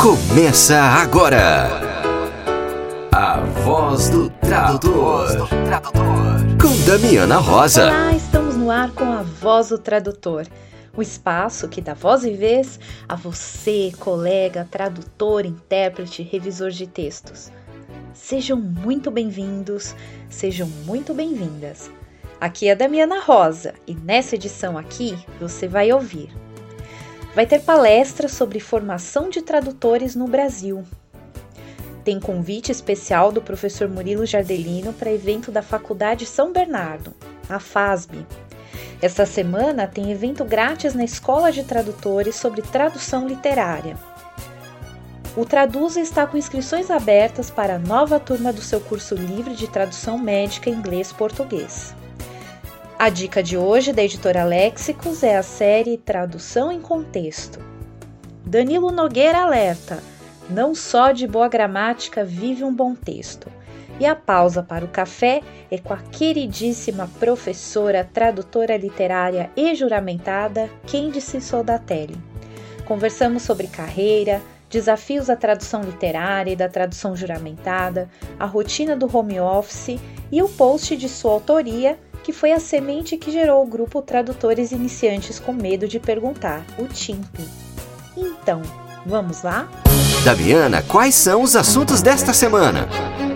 Começa agora A Voz do Tradutor, com Damiana Rosa. Olá, estamos no ar com A Voz do Tradutor, o espaço que dá voz e vez a você, colega, tradutor, intérprete, revisor de textos. Sejam muito bem-vindos, sejam muito bem-vindas. Aqui é a Damiana Rosa e nessa edição aqui você vai ouvir. Vai ter palestra sobre formação de tradutores no Brasil. Tem convite especial do professor Murilo Jardelino para evento da Faculdade São Bernardo, a FASB. Esta semana tem evento grátis na Escola de Tradutores sobre tradução literária. O Traduza está com inscrições abertas para a nova turma do seu curso livre de tradução médica inglês-português. A dica de hoje da editora Léxicos é a série Tradução em Contexto. Danilo Nogueira alerta, não só de boa gramática vive um bom texto. E a pausa para o café é com a queridíssima professora, tradutora literária e juramentada Candice Soldatelli. Conversamos sobre carreira, desafios da tradução literária e da tradução juramentada, a rotina do home office e o post de sua autoria, que foi a semente que gerou o grupo Tradutores Iniciantes com Medo de Perguntar, o TIMP. Então, vamos lá? Damiana, quais são os assuntos desta semana?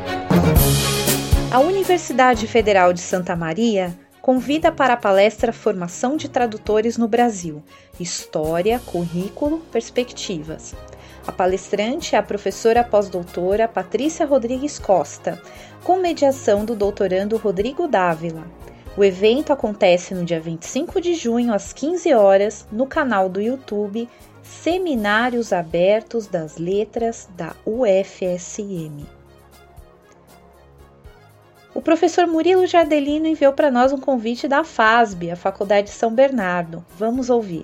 A Universidade Federal de Santa Maria convida para a palestra Formação de Tradutores no Brasil, História, Currículo, Perspectivas. A palestrante é a professora pós-doutora Patrícia Rodrigues Costa, com mediação do doutorando Rodrigo Dávila. O evento acontece no dia 25 de junho, às 15 horas, no canal do YouTube Seminários Abertos das Letras da UFSM. O professor Murilo Jardelino enviou para nós um convite da FASB, a Faculdade de São Bernardo. Vamos ouvir.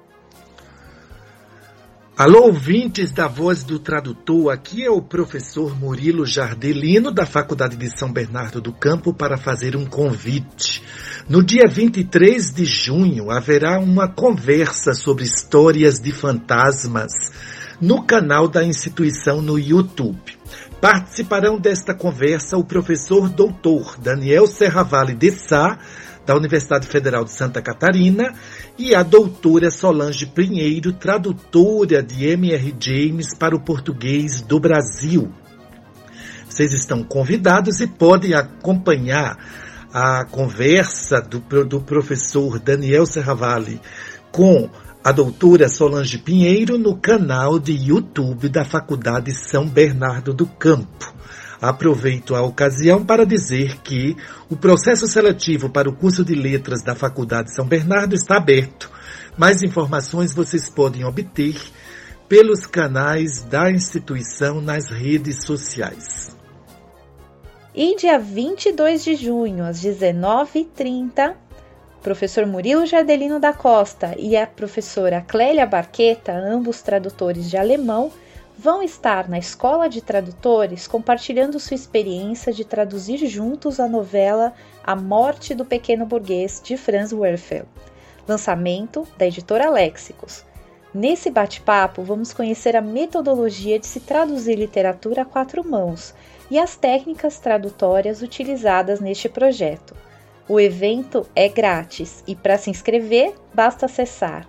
Alô, ouvintes da Voz do Tradutor, aqui é o professor Murilo Jardelino, da Faculdade de São Bernardo do Campo, para fazer um convite. No dia 23 de junho, haverá uma conversa sobre histórias de fantasmas no canal da instituição no YouTube. Participarão desta conversa o professor doutor Daniel Serravalle de Sá, da Universidade Federal de Santa Catarina, e a doutora Solange Pinheiro, tradutora de M.R. James para o português do Brasil. Vocês estão convidados e podem acompanhar a conversa do professor Daniel Serravalle com a doutora Solange Pinheiro no canal de YouTube da Faculdade São Bernardo do Campo. Aproveito a ocasião para dizer que o processo seletivo para o curso de letras da Faculdade São Bernardo está aberto. Mais informações vocês podem obter pelos canais da instituição nas redes sociais. E dia 22 de junho, às 19h30, o professor Murilo Jardelino da Costa e a professora Clélia Barqueta, ambos tradutores de alemão, vão estar na Escola de Tradutores compartilhando sua experiência de traduzir juntos a novela A Morte do Pequeno Burguês, de Franz Werfel, lançamento da editora Léxicos. Nesse bate-papo, vamos conhecer a metodologia de se traduzir literatura a quatro mãos e as técnicas tradutórias utilizadas neste projeto. O evento é grátis e para se inscrever basta acessar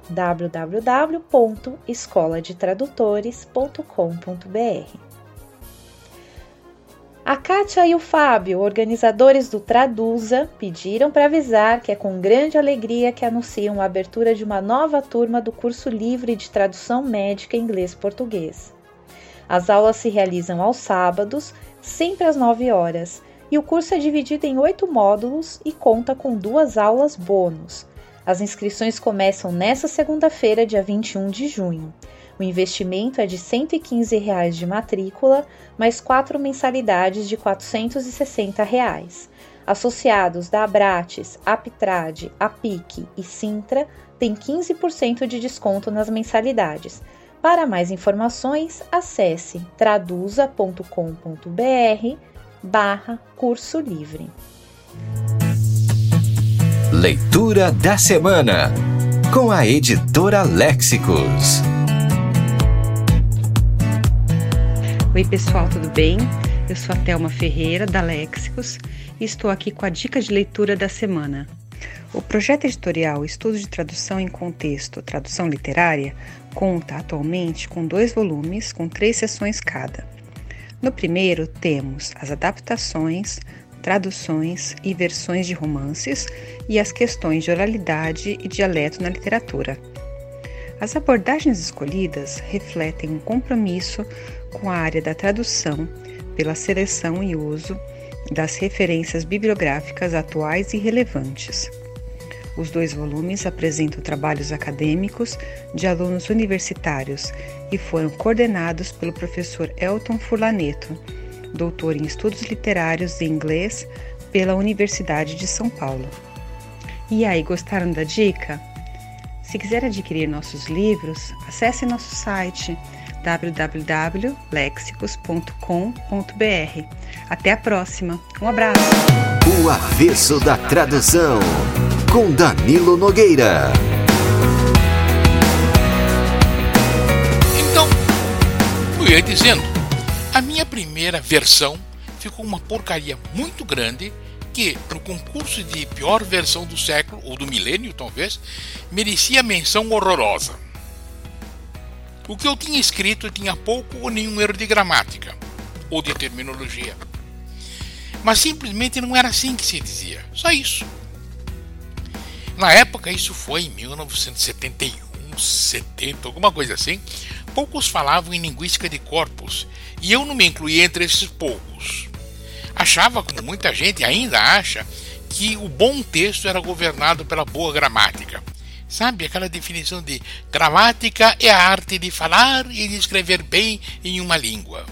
www.escoladetradutores.com.br. A Kátia e o Fábio, organizadores do Traduza, pediram para avisar que é com grande alegria que anunciam a abertura de uma nova turma do curso livre de tradução médica inglês-português. As aulas se realizam aos sábados, sempre às 9 horas, e o curso é dividido em 8 módulos e conta com 2 aulas bônus. As inscrições começam nesta segunda-feira, dia 21 de junho. O investimento é de R$ 115 de matrícula, mais 4 mensalidades de R$ 460. Associados da Abrates, Aptrad, Apic e Sintra têm 15% de desconto nas mensalidades. Para mais informações, acesse traduza.com.br/curso livre. Leitura da semana com a editora Léxicos. Oi pessoal, tudo bem? Eu sou a Thelma Ferreira, da Léxicos, e estou aqui com a dica de leitura da semana. O projeto editorial Estudos de Tradução em Contexto, Tradução Literária, conta atualmente com 2 volumes, com 3 sessões cada. No primeiro temos as adaptações, traduções e versões de romances e as questões de oralidade e dialeto na literatura. As abordagens escolhidas refletem um compromisso com a área da tradução pela seleção e uso das referências bibliográficas atuais e relevantes. Os 2 volumes apresentam trabalhos acadêmicos de alunos universitários e foram coordenados pelo professor Elton Furlaneto, doutor em Estudos Literários em Inglês pela Universidade de São Paulo. E aí, gostaram da dica? Se quiser adquirir nossos livros, acesse nosso site www.lexicos.com.br. Até a próxima. Um abraço! O Avesso da Tradução, com Danilo Nogueira. Então, eu ia dizendo, a minha primeira versão ficou uma porcaria muito grande que, no concurso de pior versão do século, ou do milênio talvez, merecia menção horrorosa. O que eu tinha escrito tinha pouco ou nenhum erro de gramática, ou de terminologia. Mas simplesmente não era assim que se dizia, só isso. Na época, isso foi em 1971, 70, alguma coisa assim, poucos falavam em linguística de corpos, e eu não me incluía entre esses poucos. Achava, como muita gente ainda acha, que o bom texto era governado pela boa gramática. Sabe, aquela definição de gramática é a arte de falar e de escrever bem em uma língua.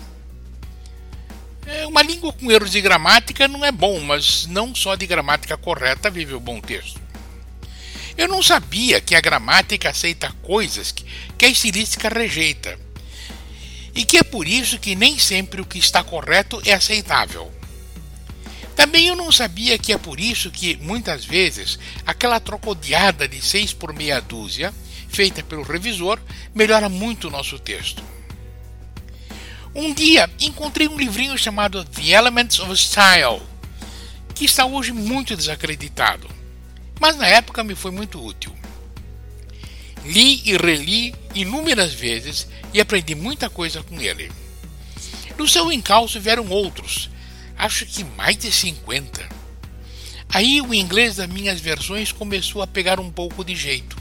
Uma língua com erros de gramática não é bom, mas não só de gramática correta vive o bom texto. Eu não sabia que a gramática aceita coisas que a estilística rejeita. E que é por isso que nem sempre o que está correto é aceitável. Também eu não sabia que é por isso que, muitas vezes, aquela trocodiada de 6 por meia dúzia, feita pelo revisor, melhora muito o nosso texto. Um dia encontrei um livrinho chamado The Elements of Style, que está hoje muito desacreditado, mas na época me foi muito útil. Li e reli inúmeras vezes e aprendi muita coisa com ele. No seu encalço vieram outros, acho que mais de 50. Aí o inglês das minhas versões começou a pegar um pouco de jeito.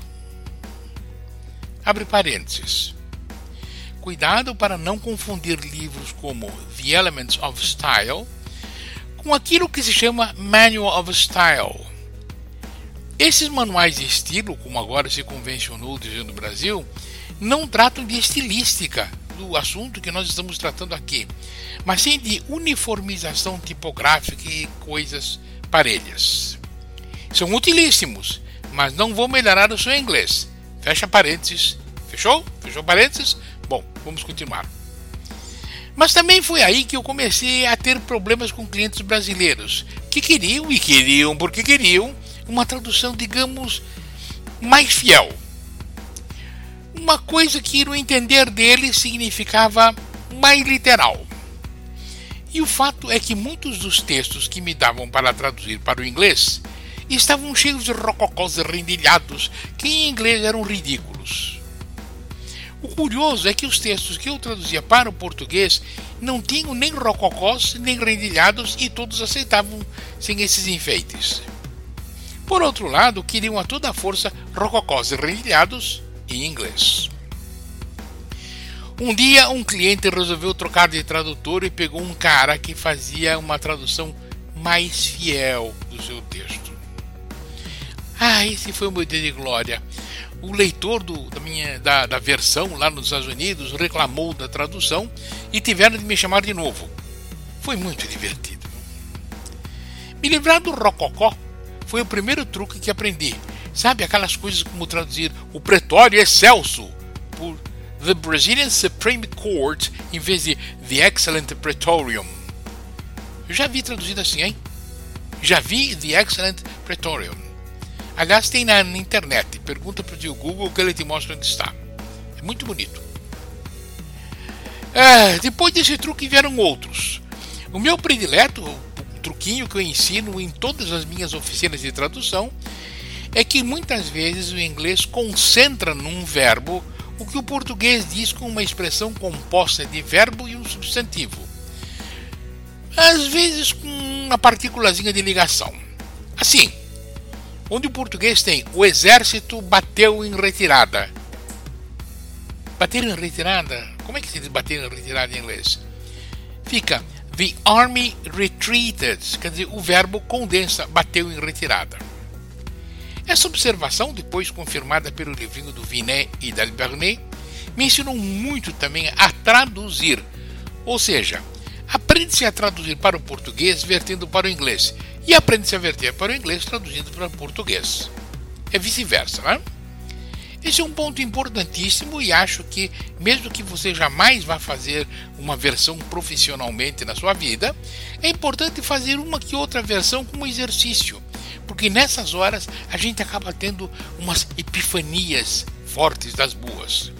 Abre parênteses. Cuidado para não confundir livros como The Elements of Style com aquilo que se chama Manual of Style. Esses manuais de estilo, como agora se convencionou dizer no Brasil, não tratam de estilística do assunto que nós estamos tratando aqui, mas sim de uniformização tipográfica e coisas parelhas. São utilíssimos, mas não vão melhorar o seu inglês. Fecha parênteses. Fechou? Fechou parênteses? Bom, vamos continuar. Mas também foi aí que eu comecei a ter problemas com clientes brasileiros que queriam uma tradução, digamos, mais fiel. Uma coisa que, no entender deles, significava mais literal. E o fato é que muitos dos textos que me davam para traduzir para o inglês estavam cheios de rococós rendilhados que em inglês eram ridículos. O curioso é que os textos que eu traduzia para o português não tinham nem rococós nem rendilhados e todos aceitavam sem esses enfeites. Por outro lado, queriam a toda força rococós e rendilhados em inglês. Um dia, um cliente resolveu trocar de tradutor e pegou um cara que fazia uma tradução mais fiel do seu texto. Esse foi o meu dia de glória. O leitor da versão lá nos Estados Unidos reclamou da tradução e tiveram de me chamar de novo. Foi muito divertido. Me livrar do rococó foi o primeiro truque que aprendi. Sabe aquelas coisas como traduzir o pretório excelso por The Brazilian Supreme Court em vez de The Excellent Praetorium. Eu já vi traduzido assim, hein? Já vi The Excellent Praetorium. Aliás, tem na internet. Pergunta para o Google que ele te mostra onde está. É muito bonito. Depois desse truque vieram outros. O meu predileto, o truquinho que eu ensino em todas as minhas oficinas de tradução, é que muitas vezes o inglês concentra num verbo o que o português diz com uma expressão composta de verbo e um substantivo. Às vezes com uma partículazinha de ligação. Assim, onde o português tem o exército bateu em retirada. Bater em retirada? Como é que se diz bater em retirada em inglês? Fica the army retreated, quer dizer, o verbo condensa bateu em retirada. Essa observação, depois confirmada pelo livrinho do Vinet e d'Albernay, me ensinou muito também a traduzir. Ou seja, aprende-se a traduzir para o português vertendo para o inglês e aprende-se a verter para o inglês traduzindo para o português. É vice-versa, né? Esse é um ponto importantíssimo e acho que, mesmo que você jamais vá fazer uma versão profissionalmente na sua vida, é importante fazer uma que outra versão como exercício, porque nessas horas a gente acaba tendo umas epifanias fortes das boas.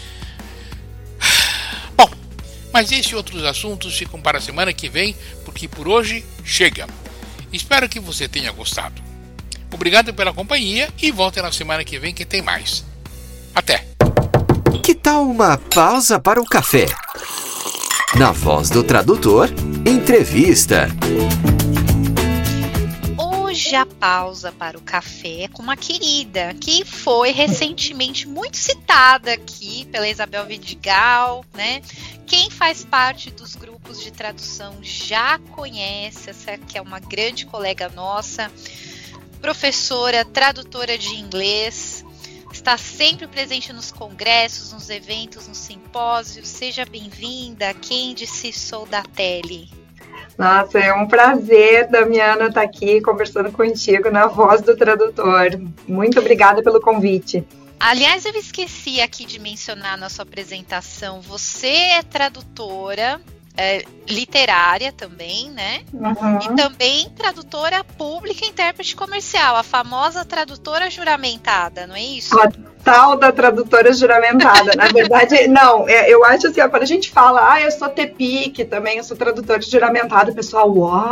Bom, mas esses e outros assuntos ficam para a semana que vem, porque por hoje chega. Espero que você tenha gostado. Obrigado pela companhia e volte na semana que vem que tem mais. Até! Que tal uma pausa para o café? Na Voz do Tradutor, entrevista. Hoje a pausa para o café é com uma querida que foi recentemente muito citada aqui pela Isabel Vidigal, né? Quem faz parte dos grupos de tradução já conhece, essa que é uma grande colega nossa, professora, tradutora de inglês, está sempre presente nos congressos, nos eventos, nos simpósios. Seja bem-vinda, Candice Soldatelli. Nossa, é um prazer, Damiana, estar aqui conversando contigo na Voz do Tradutor. Muito obrigada pelo convite. Aliás, eu esqueci aqui de mencionar na sua apresentação, você é tradutora literária também, né? Uhum. E também tradutora pública e intérprete comercial, a famosa tradutora juramentada, não é isso? A tal da tradutora juramentada. Na verdade, não, eu acho assim, quando a gente fala, eu sou TPIC também, eu sou tradutora juramentada, o pessoal,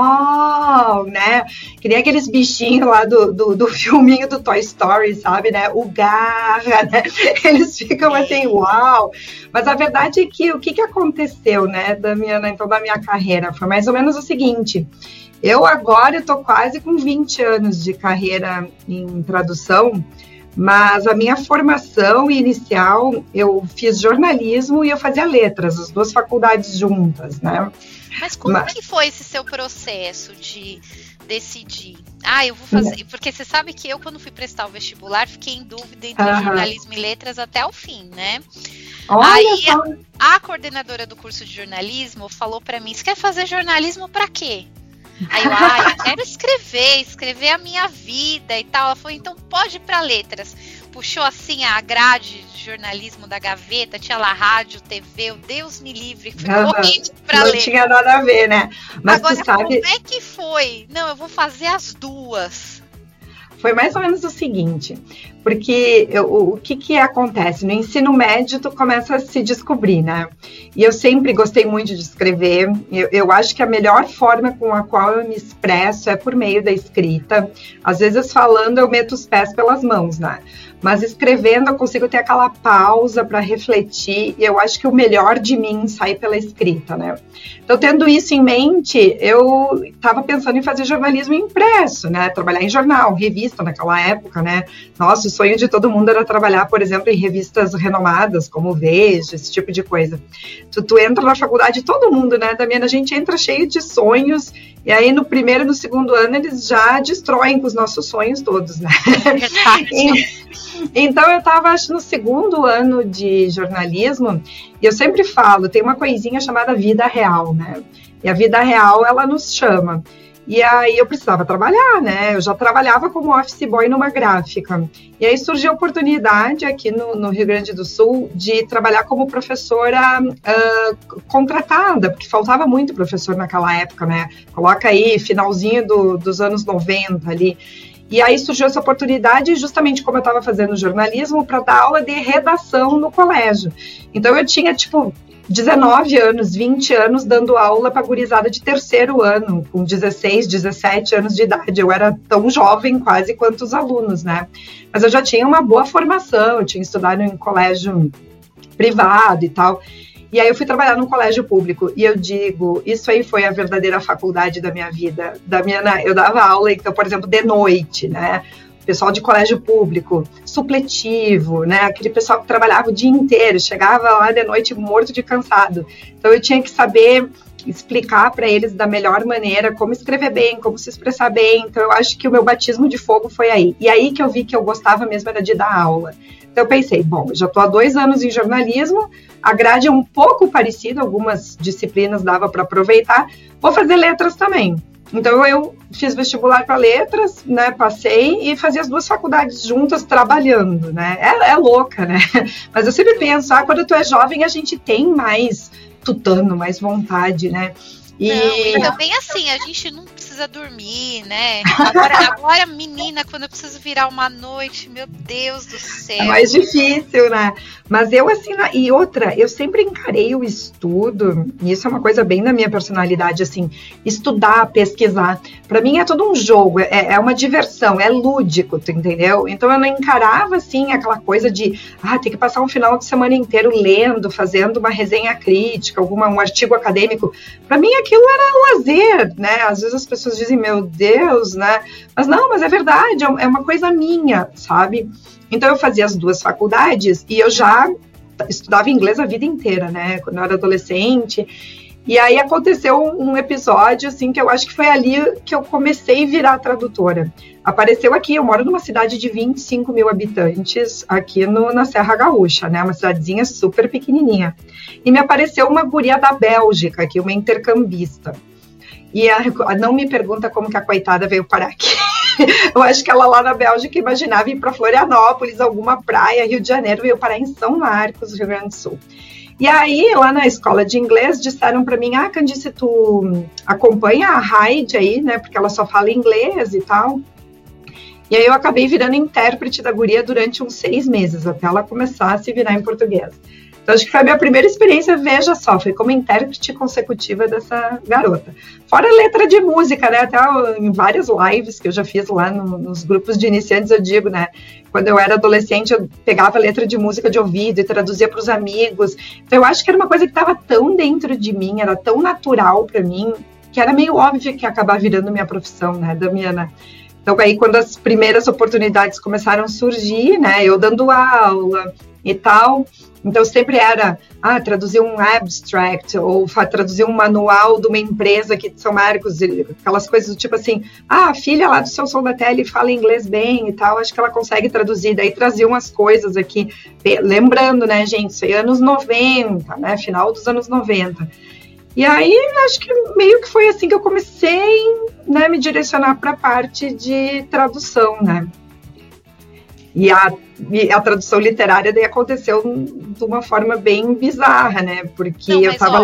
uau, né? Que nem aqueles bichinhos lá do filminho do Toy Story, sabe, né? O Garra, né? Eles ficam assim, uau. Mas a verdade é que o que aconteceu, né, da minha carreira foi mais ou menos o seguinte: eu agora estou quase com 20 anos de carreira em tradução, mas a minha formação inicial, eu fiz jornalismo e eu fazia letras, as duas faculdades juntas, né? Mas como que foi esse seu processo de decidir? Eu vou fazer, porque você sabe que eu, quando fui prestar o vestibular, fiquei em dúvida entre jornalismo e letras até o fim, né? Aí a coordenadora do curso de jornalismo falou pra mim, você quer fazer jornalismo pra quê? Aí eu quero escrever a minha vida e tal. Ela falou, então pode ir pra letras. Puxou assim a grade de jornalismo da gaveta, tinha lá rádio, TV, Deus me livre, fui correndo pra letras. Não tinha nada a ver, né? Mas agora, tu sabe... como é que foi? Não, eu vou fazer as duas. Foi mais ou menos o seguinte, porque o que acontece? No ensino médio, tu começa a se descobrir, né? E eu sempre gostei muito de escrever. Eu acho que a melhor forma com a qual eu me expresso é por meio da escrita. Às vezes, falando, eu meto os pés pelas mãos, né? Mas escrevendo, eu consigo ter aquela pausa para refletir. E eu acho que o melhor de mim sai pela escrita, né? Então, tendo isso em mente, eu estava pensando em fazer jornalismo impresso, né? Trabalhar em jornal, revista naquela época, né? Nossa, o sonho de todo mundo era trabalhar, por exemplo, em revistas renomadas, como Veja, esse tipo de coisa. Tu entra na faculdade, todo mundo, né, Damiana? A gente entra cheio de sonhos, e aí no primeiro e no segundo ano eles já destroem com os nossos sonhos todos, né? Então eu estava, acho, no segundo ano de jornalismo, e eu sempre falo, tem uma coisinha chamada vida real, né? E a vida real, ela nos chama. E aí eu precisava trabalhar, né? Eu já trabalhava como office boy numa gráfica. E aí surgiu a oportunidade aqui no Rio Grande do Sul de trabalhar como professora contratada, porque faltava muito professor naquela época, né? Coloca aí, finalzinho dos anos 90 ali. E aí surgiu essa oportunidade, justamente como eu estava fazendo jornalismo, para dar aula de redação no colégio. Então eu tinha, 19 anos, 20 anos dando aula para gurizada de terceiro ano, com 16, 17 anos de idade. Eu era tão jovem quase quanto os alunos, né? Mas eu já tinha uma boa formação, eu tinha estudado em colégio privado e tal. E aí eu fui trabalhar num colégio público e eu digo, isso aí foi a verdadeira faculdade da minha vida. Eu dava aula, então, por exemplo, de noite, né? Pessoal de colégio público, supletivo, né? Aquele pessoal que trabalhava o dia inteiro, chegava lá de noite morto de cansado. Então eu tinha que saber explicar para eles da melhor maneira como escrever bem, como se expressar bem. Então eu acho que o meu batismo de fogo foi aí. E aí que eu vi que eu gostava mesmo era de dar aula. Então eu pensei, bom, eu já estou há 2 anos em jornalismo, a grade é um pouco parecida, algumas disciplinas dava para aproveitar, vou fazer letras também. Então eu fiz vestibular para letras, né, passei e fazia as 2 faculdades juntas trabalhando, né, é louca, né, mas eu sempre penso, quando tu é jovem a gente tem mais tutano, mais vontade, né. E também assim, a gente não precisa dormir, né? Agora, menina, quando eu preciso virar uma noite, meu Deus do céu. É mais difícil, né? Mas eu, assim, e outra, eu sempre encarei o estudo, e isso é uma coisa bem da minha personalidade, assim, estudar, pesquisar. Pra mim é todo um jogo, é uma diversão, é lúdico, tu entendeu? Então eu não encarava, assim, aquela coisa de, tem que passar um final de semana inteiro lendo, fazendo uma resenha crítica, um artigo acadêmico. Pra mim aquilo era lazer, né? Às vezes as pessoas dizem, meu Deus, né? Mas não, mas é verdade, é uma coisa minha, sabe? Então eu fazia as 2 faculdades e eu já estudava inglês a vida inteira, né? Quando eu era adolescente. E aí aconteceu um episódio, assim, que eu acho que foi ali que eu comecei a virar tradutora. Apareceu aqui, eu moro numa cidade de 25 mil habitantes, aqui na Serra Gaúcha, né? Uma cidadezinha super pequenininha. E me apareceu uma guria da Bélgica aqui, uma intercambista. E não me pergunta como que a coitada veio parar aqui. Eu acho que ela lá na Bélgica imaginava ir para Florianópolis, alguma praia, Rio de Janeiro, veio parar em São Marcos, Rio Grande do Sul. E aí, lá na escola de inglês, disseram para mim, Candice, tu acompanha a Heidi aí, né, porque ela só fala inglês e tal. E aí eu acabei virando intérprete da guria durante uns 6 meses, até ela começar a se virar em português. Então, acho que foi a minha primeira experiência, veja só, foi como intérprete consecutiva dessa garota. Fora letra de música, né, até em várias lives que eu já fiz lá nos grupos de iniciantes, eu digo, né, quando eu era adolescente, eu pegava letra de música de ouvido e traduzia para os amigos. Então, eu acho que era uma coisa que estava tão dentro de mim, era tão natural para mim, que era meio óbvio que ia acabar virando minha profissão, né, Damiana? Então, aí, quando as primeiras oportunidades começaram a surgir, né, eu dando aula e tal, então sempre era traduzir um abstract ou traduzir um manual de uma empresa aqui de São Marcos, aquelas coisas do tipo assim, a filha lá do seu Soldatelli fala inglês bem e tal, acho que ela consegue traduzir, daí traziam umas coisas aqui, lembrando, né, gente, isso aí anos 90, né, final dos anos 90. E aí, acho que meio que foi assim que eu comecei, né, me direcionar para a parte de tradução, né. E a tradução literária daí aconteceu de uma forma bem bizarra, né? Porque não, eu tava...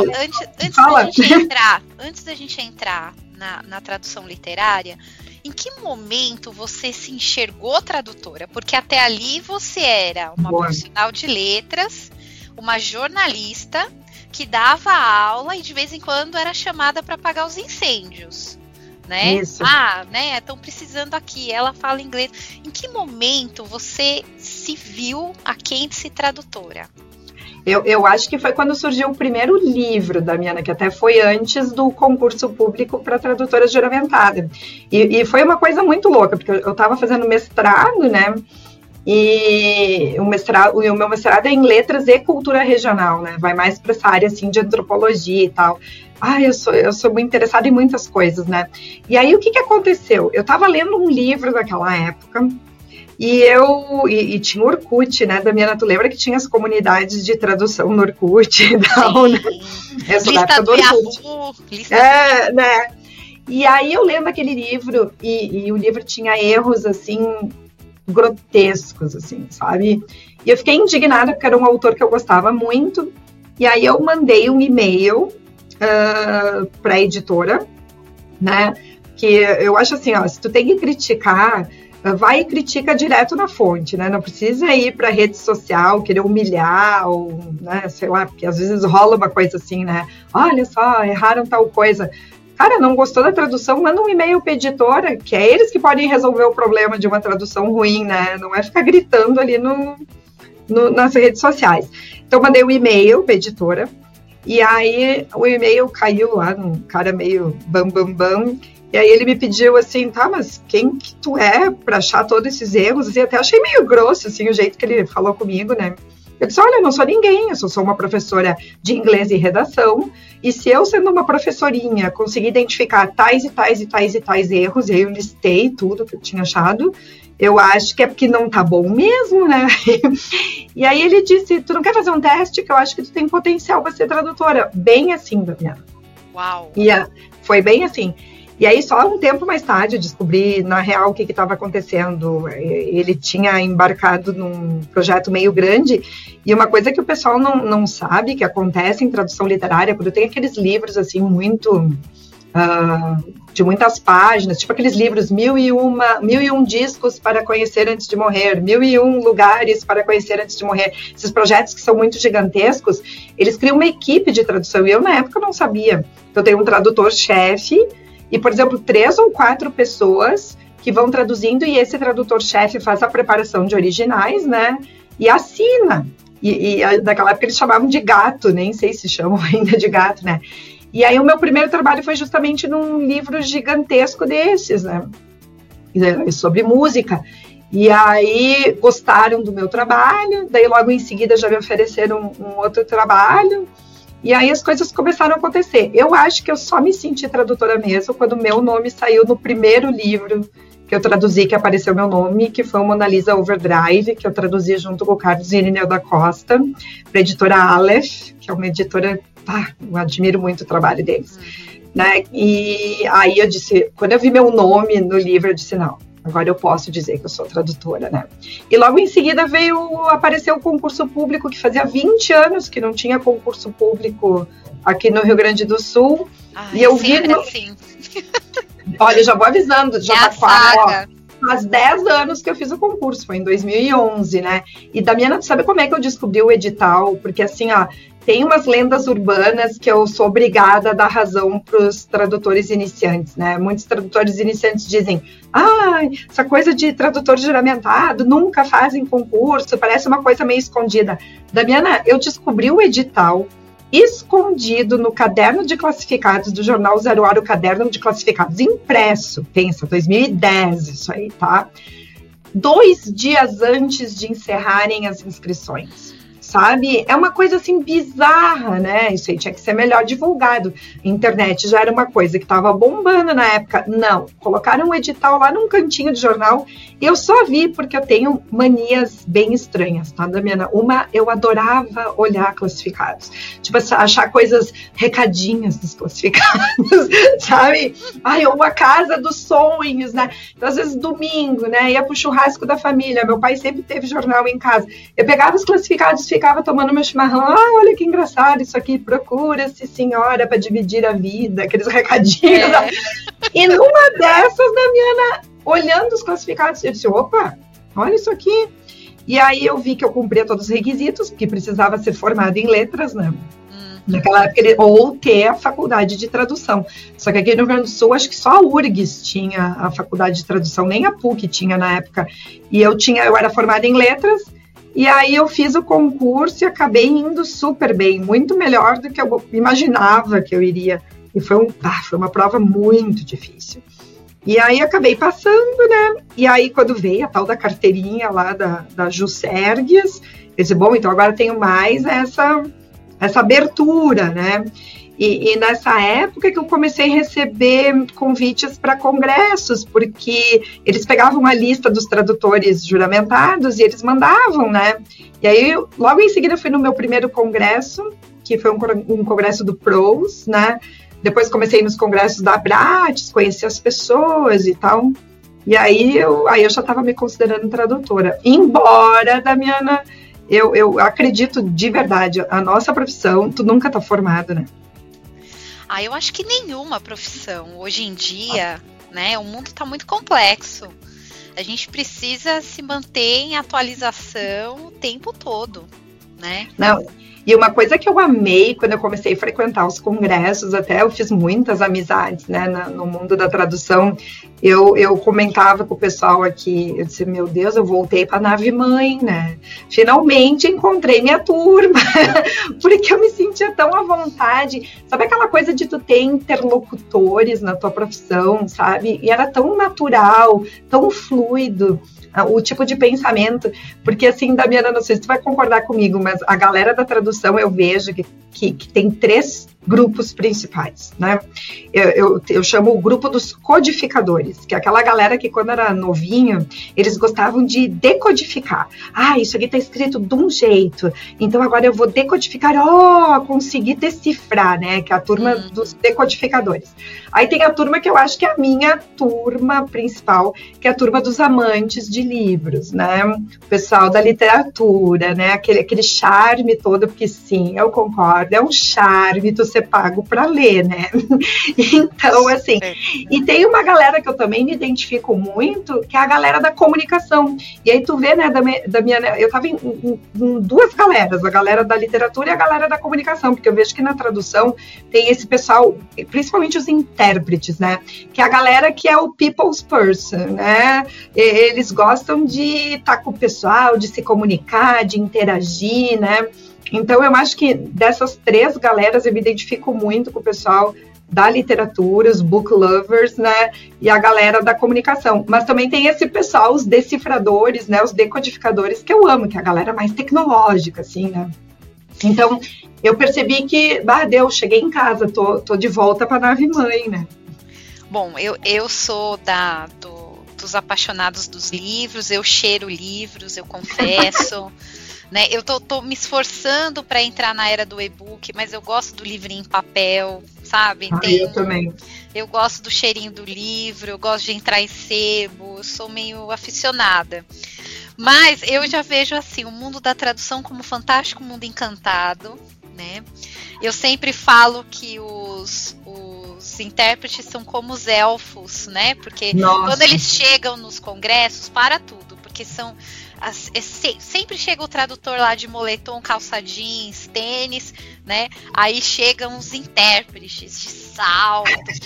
Antes da gente entrar na tradução literária, em que momento você se enxergou tradutora? Porque até ali você era uma profissional de letras, uma jornalista que dava aula e de vez em quando era chamada para apagar os incêndios. Né? Isso. Né? Estão precisando aqui, ela fala inglês. Em que momento você se viu a Candice tradutora? Eu acho que foi quando surgiu o primeiro livro da Damiana, que até foi antes do concurso público para tradutora juramentada. E foi uma coisa muito louca, porque eu estava fazendo mestrado, né? E o meu mestrado é em letras e cultura regional, né? Vai mais para essa área assim de antropologia e tal. Eu sou muito interessada em muitas coisas, né? E aí o que aconteceu? Eu estava lendo um livro naquela época e tinha o Orkut, né, Damiana? Tu lembra que tinha as comunidades de tradução no Orkut e tal, né? Eu sou da época do Orkut. Né? E aí eu lembro aquele livro e o livro tinha erros assim grotescos, assim, sabe? E eu fiquei indignada porque era um autor que eu gostava muito. E aí eu mandei um e-mail para a editora, né? Que eu acho assim, se tu tem que criticar vai e critica direto na fonte, né? Não precisa ir para rede social, querer humilhar, ou, né, sei lá, porque às vezes rola uma coisa assim, né? Olha só, erraram tal coisa. Cara, não gostou da tradução? Manda um e-mail para a editora, que é eles que podem resolver o problema de uma tradução ruim, né? Não é ficar gritando ali nas redes sociais. Então, mandei um e-mail para a editora, e aí o e-mail caiu lá num cara meio bam, e aí ele me pediu assim, tá, mas quem que tu é para achar todos esses erros? Assim, até achei meio grosso, assim, o jeito que ele falou comigo, né? Eu disse, olha, eu não sou ninguém, eu só sou uma professora de inglês e redação, e se eu, sendo uma professorinha, conseguir identificar tais erros, e aí eu listei tudo que eu tinha achado, eu acho que é porque não tá bom mesmo, né? E aí ele disse, tu não quer fazer um teste? Que eu acho que tu tem potencial para ser tradutora. Bem assim, Damiana. Uau! E foi bem assim. E aí, só um tempo mais tarde, eu descobri, na real, o que estava acontecendo. Ele tinha embarcado num projeto meio grande, e uma coisa que o pessoal não sabe, que acontece em tradução literária, quando tem aqueles livros, assim, muito... de muitas páginas, tipo aqueles livros 1001 discos para conhecer antes de morrer, 1001 lugares para conhecer antes de morrer, esses projetos que são muito gigantescos, eles criam uma equipe de tradução, e eu na época não sabia. Então tem um tradutor-chefe e, por exemplo, 3 ou 4 pessoas que vão traduzindo, e esse tradutor-chefe faz a preparação de originais, né, e assina, e naquela época eles chamavam de gato, nem sei se chamam ainda de gato, né. E aí o meu primeiro trabalho foi justamente num livro gigantesco desses, né? Sobre música. E aí gostaram do meu trabalho, daí logo em seguida já me ofereceram um outro trabalho, e aí as coisas começaram a acontecer. Eu acho que eu só me senti tradutora mesmo quando meu nome saiu no primeiro livro que eu traduzi, que apareceu meu nome, que foi o Mona Lisa Overdrive, que eu traduzi junto com o Carlos Irineu da Costa, para a editora Aleph, que é uma editora... eu admiro muito o trabalho deles, né? E aí eu disse, quando eu vi meu nome no livro, eu disse, não, agora eu posso dizer que eu sou tradutora, né? E logo em seguida apareceu o concurso público, que fazia 20 anos que não tinha concurso público aqui no Rio Grande do Sul. E eu vi... Assim. Olha, já vou avisando, já tá quase... Faz 10 anos que eu fiz o concurso, foi em 2011, né? E, Damiana, tu sabe como é que eu descobri o edital? Porque, assim, tem umas lendas urbanas que eu sou obrigada a dar razão para os tradutores iniciantes, né? Muitos tradutores iniciantes dizem, essa coisa de tradutor juramentado, nunca fazem concurso, parece uma coisa meio escondida. Damiana, eu descobri o edital escondido no caderno de classificados do jornal Zero Hora, o caderno de classificados impresso, pensa, 2010, isso aí, tá? 2 dias antes de encerrarem as inscrições, sabe? É uma coisa, assim, bizarra, né? Isso aí tinha que ser melhor divulgado. A internet já era uma coisa que estava bombando na época. Não, colocaram um edital lá num cantinho de jornal, e eu só vi porque eu tenho manias bem estranhas, tá, Damiana? Eu adorava olhar classificados. Tipo, achar coisas, recadinhas dos classificados, sabe? Ou a casa dos sonhos, né? Então, às vezes, domingo, né? Ia pro churrasco da família. Meu pai sempre teve jornal em casa. Eu pegava os classificados, ficava tomando meu chimarrão. Olha que engraçado isso aqui. Procura-se, senhora, para dividir a vida. Aqueles recadinhos. Né? E numa dessas, Damiana, olhando os classificados, eu disse, opa, olha isso aqui. E aí eu vi que eu cumpria todos os requisitos, porque precisava ser formada em letras, né? Naquela época, ou ter a faculdade de tradução. Só que aqui no Rio Grande do Sul, acho que só a URGS tinha a faculdade de tradução, nem a PUC tinha na época. E eu era formada em letras, e aí eu fiz o concurso e acabei indo super bem, muito melhor do que eu imaginava que eu iria. E foi uma prova muito difícil. E aí acabei passando, né? E aí quando veio a tal da carteirinha lá da Juscergues, eu disse, bom, então agora tenho mais essa abertura, né? E nessa época que eu comecei a receber convites para congressos, porque eles pegavam a lista dos tradutores juramentados e eles mandavam, né? E aí, logo em seguida, fui no meu primeiro congresso, que foi um congresso do PROS, né? Depois comecei nos congressos da Abrates, conheci as pessoas e tal. E aí eu já estava me considerando tradutora. Embora, Damiana, eu acredito de verdade, a nossa profissão, tu nunca tá formado, né? Eu acho que nenhuma profissão. Hoje em dia, né, o mundo tá muito complexo. A gente precisa se manter em atualização o tempo todo, né? Não, e uma coisa que eu amei quando eu comecei a frequentar os congressos, até eu fiz muitas amizades, né, no mundo da tradução. Eu comentava com o pessoal aqui, eu disse, meu Deus, eu voltei para a nave-mãe, né? Finalmente encontrei minha turma, porque eu me sentia tão à vontade. Sabe aquela coisa de tu ter interlocutores na tua profissão, sabe? E era tão natural, tão fluido o tipo de pensamento, porque assim, Damiana, não sei se tu vai concordar comigo, mas a galera da tradução eu vejo que tem 3 grupos principais, né? Eu chamo o grupo dos codificadores, que é aquela galera que quando era novinho, eles gostavam de decodificar. Ah, isso aqui tá escrito de um jeito, então agora eu vou decodificar, consegui decifrar, né? Que é a turma dos decodificadores. Aí tem a turma que eu acho que é a minha turma principal, que é a turma dos amantes de livros, né? O pessoal da literatura, né? Aquele charme todo, porque sim, eu concordo, é um charme tu ser pago para ler, né? Então, assim, e tem uma galera que eu também me identifico muito, que é a galera da comunicação. E aí tu vê, né, eu tava em 2 galeras, a galera da literatura e a galera da comunicação, porque eu vejo que na tradução tem esse pessoal, principalmente os intérpretes, né? Que é a galera que é o people's person, né? Eles gostam de estar com o pessoal, de se comunicar, de interagir, né? Então, eu acho que dessas 3 galeras eu me identifico muito com o pessoal da literatura, os book lovers, né? E a galera da comunicação. Mas também tem esse pessoal, os decifradores, né? Os decodificadores, que eu amo, que é a galera mais tecnológica, assim, né? Então, eu percebi que, cheguei em casa, tô de volta para a nave-mãe, né? Bom, eu sou dos apaixonados dos livros, eu cheiro livros, eu confesso... Né? Eu tô me esforçando para entrar na era do e-book, mas eu gosto do livrinho em papel, sabe? Eu também. Eu gosto do cheirinho do livro, eu gosto de entrar em sebo, eu sou meio aficionada. Mas eu já vejo assim, o mundo da tradução como um fantástico mundo encantado, né? Eu sempre falo que os intérpretes são como os elfos, né? Porque quando eles chegam nos congressos, para tudo, porque são... sempre chega o tradutor lá de moletom, calça jeans, tênis, né? Aí chegam os intérpretes de salto,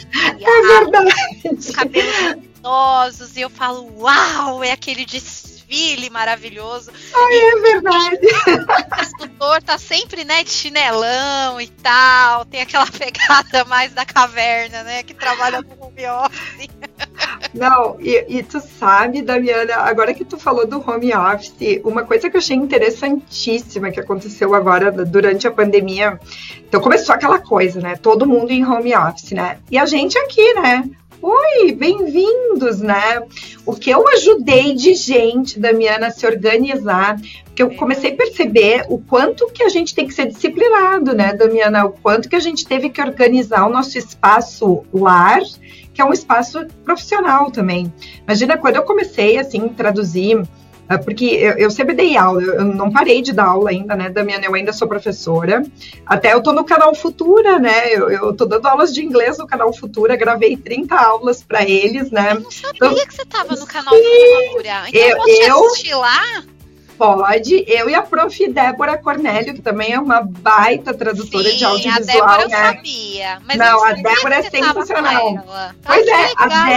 de cabelos luminosos, e eu falo, uau, é aquele desfile maravilhoso. É verdade. O tradutor tá sempre, né, de chinelão e tal, tem aquela pegada mais da caverna, né, que trabalha no home office. Não, e tu sabe, Damiana, agora que tu falou do home office, uma coisa que eu achei interessantíssima que aconteceu agora durante a pandemia, então começou aquela coisa, né, todo mundo em home office, né, e a gente aqui, né, oi, bem-vindos, né, o que eu ajudei de gente, Damiana, a se organizar, porque eu comecei a perceber o quanto que a gente tem que ser disciplinado, né, Damiana, o quanto que a gente teve que organizar o nosso espaço lar, que é um espaço profissional também. Imagina, quando eu comecei, assim, traduzir, porque eu sempre dei aula, eu não parei de dar aula ainda, né, Damiana, eu ainda sou professora, até eu tô no canal Futura, né, eu tô dando aulas de inglês no canal Futura, gravei 30 aulas para eles, né. Eu não sabia que você tava no canal Futura, então eu posso te assistir lá? Pode, eu e a prof. Débora Cornélio, que também é uma baita tradutora de audiovisual, a Débora né? Eu sabia, mas não, a Débora é sensacional. Pois é,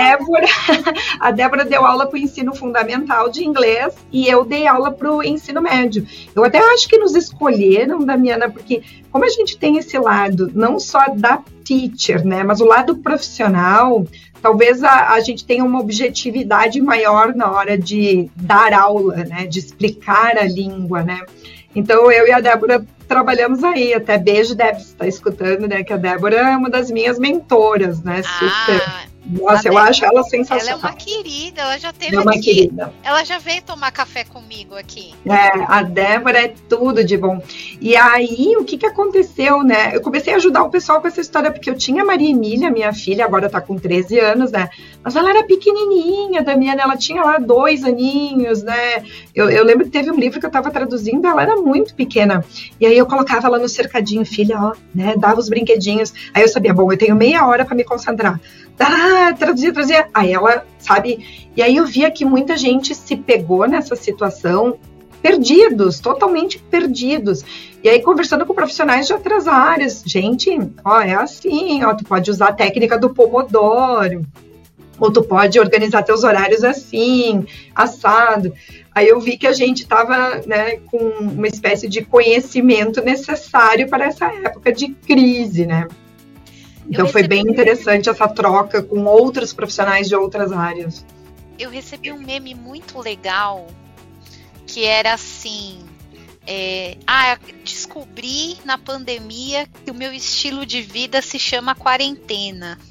a Débora deu aula para o ensino fundamental de inglês e eu dei aula para o ensino médio. Eu até acho que nos escolheram, Damiana, porque como a gente tem esse lado, não só da teacher, né, mas o lado profissional, talvez a gente tenha uma objetividade maior na hora de dar aula, né, de explicar a língua, né. Então, eu e a Débora trabalhamos aí, até beijo, Débora, você está escutando, né, que a Débora é uma das minhas mentoras, né, super... Nossa, eu acho ela sensacional. Ela é uma querida, ela já teve uma aqui. Querida. Ela já veio tomar café comigo aqui. A Débora é tudo de bom. E aí, o que aconteceu, né? Eu comecei a ajudar o pessoal com essa história, porque eu tinha a Maria Emília, minha filha, agora tá com 13 anos, né? Mas ela era pequenininha, Damiana, ela tinha lá 2 aninhos, né? Eu lembro que teve um livro que eu tava traduzindo, ela era muito pequena. E aí eu colocava ela no cercadinho, filha, ó, né? Dava os brinquedinhos. Aí eu sabia, bom, eu tenho meia hora para me concentrar. traduzia. Aí ela, sabe? E aí eu via que muita gente se pegou nessa situação, perdidos, totalmente perdidos. E aí, conversando com profissionais de outras áreas, gente, ó, é assim, ó, tu pode usar a técnica do Pomodoro, ou tu pode organizar teus horários assim, assado. Aí eu vi que a gente estava, né, com uma espécie de conhecimento necessário para essa época de crise, né? Então foi bem interessante essa troca com outros profissionais de outras áreas. Eu recebi um meme muito legal, que era assim... descobri na pandemia que o meu estilo de vida se chama quarentena.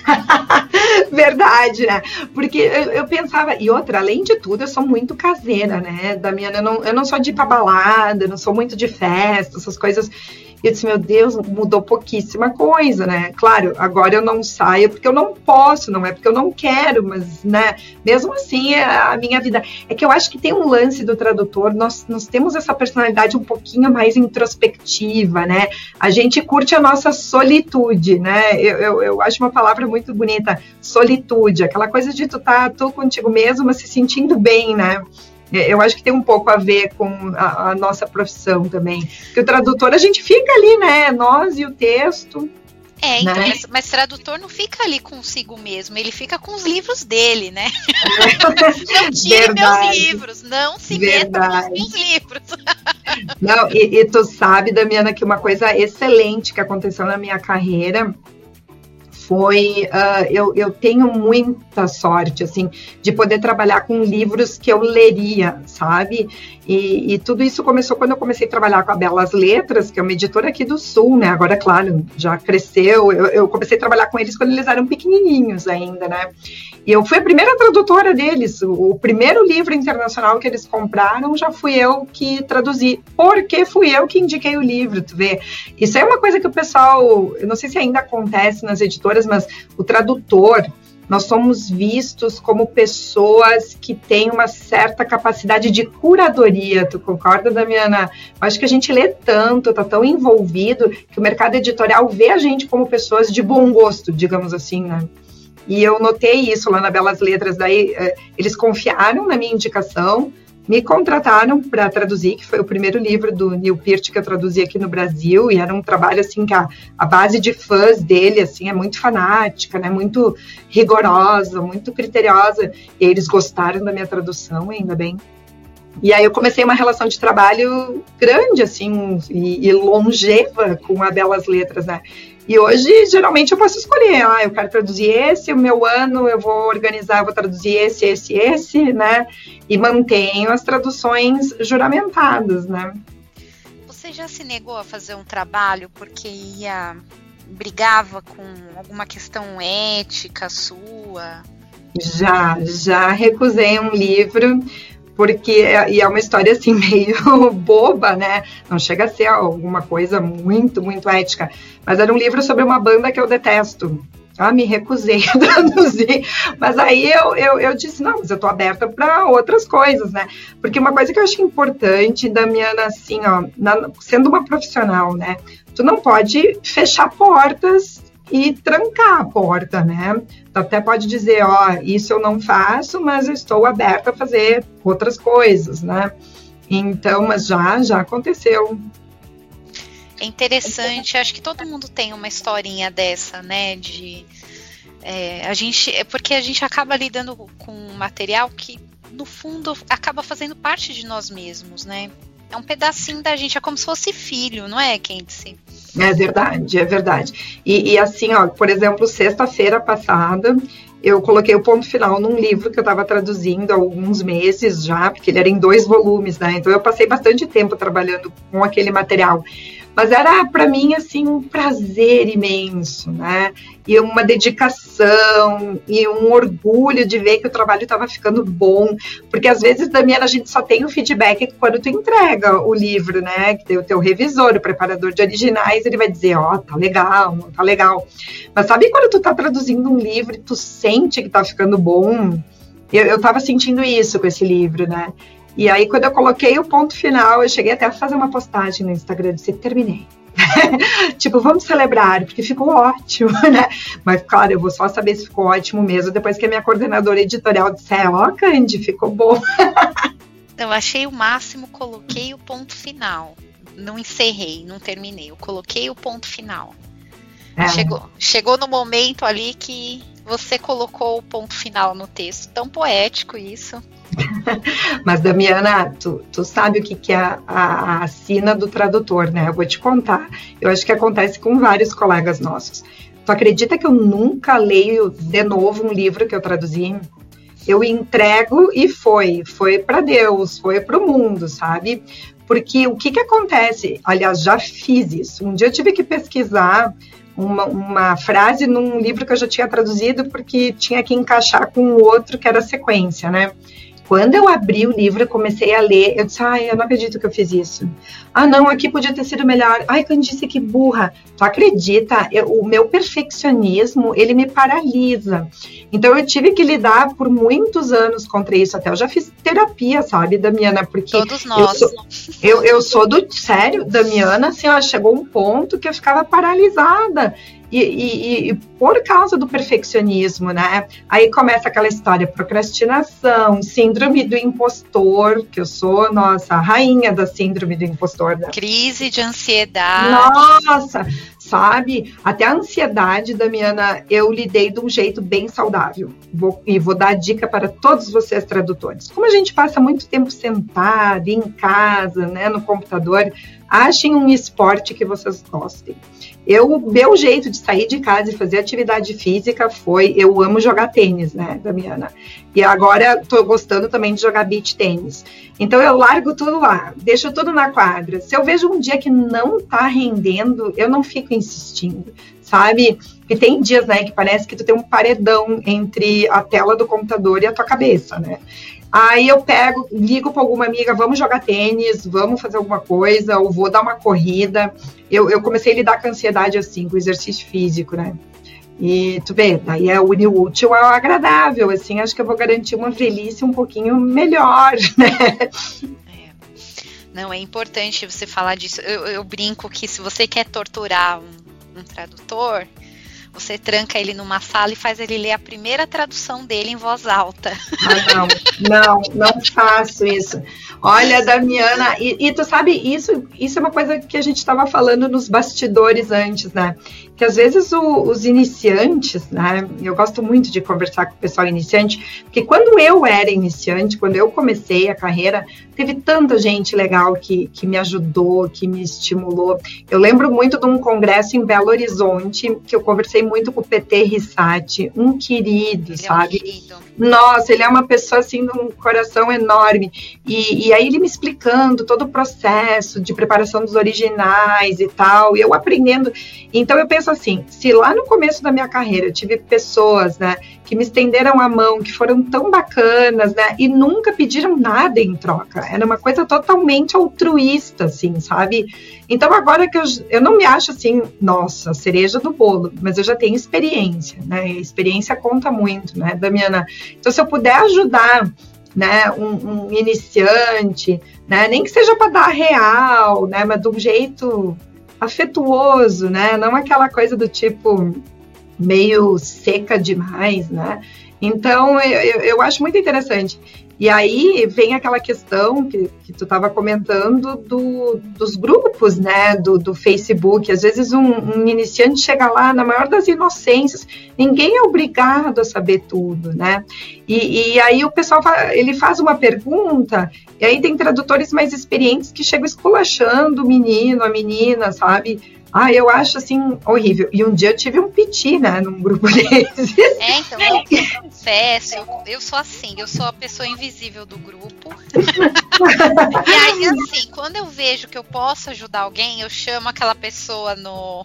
Verdade, né? Porque eu pensava, e outra, além de tudo, eu sou muito caseira, né, Damiana? Eu não sou de ir pra balada, não sou muito de festa, essas coisas. E eu disse, meu Deus, mudou pouquíssima coisa, né? Claro, agora eu não saio porque eu não posso, não é porque eu não quero, mas, né, mesmo assim, a minha vida... É que eu acho que tem um lance do tradutor, nós temos essa personalidade um pouquinho mais introspectiva, né? A gente curte a nossa solitude, né? Eu acho uma palavra muito bonita, solitude, aquela coisa de tu contigo mesmo, mas se sentindo bem, né? Eu acho que tem um pouco a ver com a nossa profissão também. Porque o tradutor, a gente fica ali, né? Nós e o texto. Então, né? Mas tradutor não fica ali consigo mesmo, ele fica com os livros dele, né? Não tire meus livros, não se meta com os meus livros. Não, e tu sabe, Damiana, que uma coisa excelente que aconteceu na minha carreira foi, eu tenho muita sorte, assim, de poder trabalhar com livros que eu leria, sabe? E tudo isso começou quando eu comecei a trabalhar com a Belas Letras, que é uma editora aqui do Sul, né? Agora, claro, já cresceu. Eu comecei a trabalhar com eles quando eles eram pequenininhos ainda, né? E eu fui a primeira tradutora deles. O primeiro livro internacional que eles compraram já fui eu que traduzi, porque fui eu que indiquei o livro, tu vê? Isso é uma coisa que o pessoal, eu não sei se ainda acontece nas editoras, mas o tradutor, nós somos vistos como pessoas que têm uma certa capacidade de curadoria. Tu concorda, Damiana? Eu acho que a gente lê tanto, tá tão envolvido, que o mercado editorial vê a gente como pessoas de bom gosto, digamos assim, né? E eu notei isso lá na Belas Letras. Daí eles confiaram na minha indicação, me contrataram para traduzir, que foi o primeiro livro do Neil Peart que eu traduzi aqui no Brasil, e era um trabalho assim que a base de fãs dele assim é muito fanática, né, muito rigorosa, muito criteriosa, e aí eles gostaram da minha tradução, ainda bem. E aí eu comecei uma relação de trabalho grande assim e longeva com a Belas Letras, né? E hoje, geralmente, eu posso escolher. Eu quero traduzir esse, o meu ano, eu vou organizar, eu vou traduzir esse, né? E mantenho as traduções juramentadas, né? Você já se negou a fazer um trabalho porque brigava com alguma questão ética sua? Já recusei um livro, porque e é uma história assim meio boba, né? Não chega a ser alguma coisa muito, muito ética, mas era um livro sobre uma banda que eu detesto. Me recusei a traduzir, mas aí eu disse, não, mas eu tô aberta para outras coisas, né? Porque uma coisa que eu acho importante, Damiana, assim, sendo uma profissional, né? Tu não pode fechar portas e trancar a porta, né? Tu até pode dizer, isso eu não faço, mas eu estou aberta a fazer outras coisas, né? Então, mas já aconteceu. É interessante, acho que todo mundo tem uma historinha dessa, né? Porque a gente acaba lidando com um material que, no fundo, acaba fazendo parte de nós mesmos, né? É um pedacinho da gente, é como se fosse filho, não é, Candice? É verdade. E assim, por exemplo, sexta-feira passada, eu coloquei o ponto final num livro que eu estava traduzindo há alguns meses já, porque ele era em 2 volumes, né? Então eu passei bastante tempo trabalhando com aquele material. Mas era, para mim, assim, um prazer imenso, né? E uma dedicação e um orgulho de ver que o trabalho estava ficando bom. Porque, às vezes, Damiana, a gente só tem o feedback quando tu entrega o livro, né? Que tem o teu revisor, o preparador de originais, ele vai dizer, tá legal, não tá legal. Mas sabe quando tu tá traduzindo um livro e tu sente que tá ficando bom? Eu tava sentindo isso com esse livro, né? E aí, quando eu coloquei o ponto final, eu cheguei até a fazer uma postagem no Instagram, disse, terminei. Tipo, vamos celebrar, porque ficou ótimo, né? Mas, claro, eu vou só saber se ficou ótimo mesmo depois que a minha coordenadora editorial disser, ó, Candy, ficou bom. Eu achei o máximo, coloquei o ponto final. Não encerrei, não terminei. Eu coloquei o ponto final. Chegou no momento ali que você colocou o ponto final no texto. Tão poético isso. Mas, Damiana, tu sabe o que é a sina do tradutor, né? Eu vou te contar. Eu acho que acontece com vários colegas nossos. Tu acredita que eu nunca leio de novo um livro que eu traduzi? Eu entrego e foi para Deus, foi para o mundo, sabe? Porque o que acontece? Aliás, já fiz isso. Um dia eu tive que pesquisar uma frase num livro que eu já tinha traduzido porque tinha que encaixar com o outro que era a sequência, né? Quando eu abri o livro e comecei a ler, eu disse, eu não acredito que eu fiz isso. Não, aqui podia ter sido melhor. Candice, que burra. Tu acredita? O meu perfeccionismo, ele me paralisa. Então, eu tive que lidar por muitos anos contra isso. Até eu já fiz terapia, sabe, Damiana? Porque todos nós. Eu sou sério, Damiana, assim, chegou um ponto que eu ficava paralisada. E por causa do perfeccionismo, né? Aí começa aquela história, procrastinação, síndrome do impostor, que eu sou, nossa, a rainha da síndrome do impostor. Né? Crise de ansiedade. Nossa, sabe? Até a ansiedade, Damiana, eu lidei de um jeito bem saudável. Vou dar a dica para todos vocês tradutores. Como a gente passa muito tempo sentado, em casa, né, no computador, achem um esporte que vocês gostem. Meu jeito de sair de casa e fazer atividade física eu amo jogar tênis, né, Damiana? E agora estou gostando também de jogar beach tênis. Então eu largo tudo lá, deixo tudo na quadra. Se eu vejo um dia que não está rendendo, eu não fico insistindo, sabe? E tem dias, né, que parece que tu tem um paredão entre a tela do computador e a tua cabeça, né? Aí eu ligo para alguma amiga, vamos jogar tênis, vamos fazer alguma coisa, ou vou dar uma corrida. Eu comecei a lidar com a ansiedade assim, com o exercício físico, né? E tu vê, daí é unir o útil ao agradável, assim, acho que eu vou garantir uma velhice um pouquinho melhor, né? Não, é importante você falar disso. Eu brinco que se você quer torturar um tradutor, você tranca ele numa sala e faz ele ler a primeira tradução dele em voz alta. Não faço isso. Olha, Damiana, e tu sabe, isso é uma coisa que a gente estava falando nos bastidores antes, né? Que às vezes os iniciantes, né? Eu gosto muito de conversar com o pessoal iniciante, porque quando eu era iniciante, quando eu comecei a carreira, teve tanta gente legal que me ajudou, que me estimulou. Eu lembro muito de um congresso em Belo Horizonte, que eu conversei muito com o PT Rissati, um querido, sabe? É um querido. Nossa, ele é uma pessoa assim de um coração enorme. E aí ele me explicando todo o processo de preparação dos originais e tal, e eu aprendendo. Então eu penso assim, se lá no começo da minha carreira eu tive pessoas, né, que me estenderam a mão, que foram tão bacanas, né, e nunca pediram nada em troca. Era uma coisa totalmente altruísta, assim, sabe? Então agora que eu não me acho assim, nossa, cereja do bolo, mas eu já tenho experiência, né? A experiência conta muito, né, Damiana? Então se eu puder ajudar, né, um iniciante, né, nem que seja para dar real, né, mas de um jeito afetuoso, né, não aquela coisa do tipo meio seca demais, né? Então eu acho muito interessante. E aí vem aquela questão que tu estava comentando dos grupos, né, do Facebook. Às vezes um iniciante chega lá na maior das inocências, ninguém é obrigado a saber tudo, né? E aí o pessoal ele faz uma pergunta, e aí tem tradutores mais experientes que chegam esculachando o menino, a menina, sabe? Eu acho, assim, horrível. E um dia eu tive um piti, né, num grupo desses. Então, eu confesso, eu sou assim, eu sou a pessoa invisível do grupo. E aí, assim, quando eu vejo que eu posso ajudar alguém, eu chamo aquela pessoa no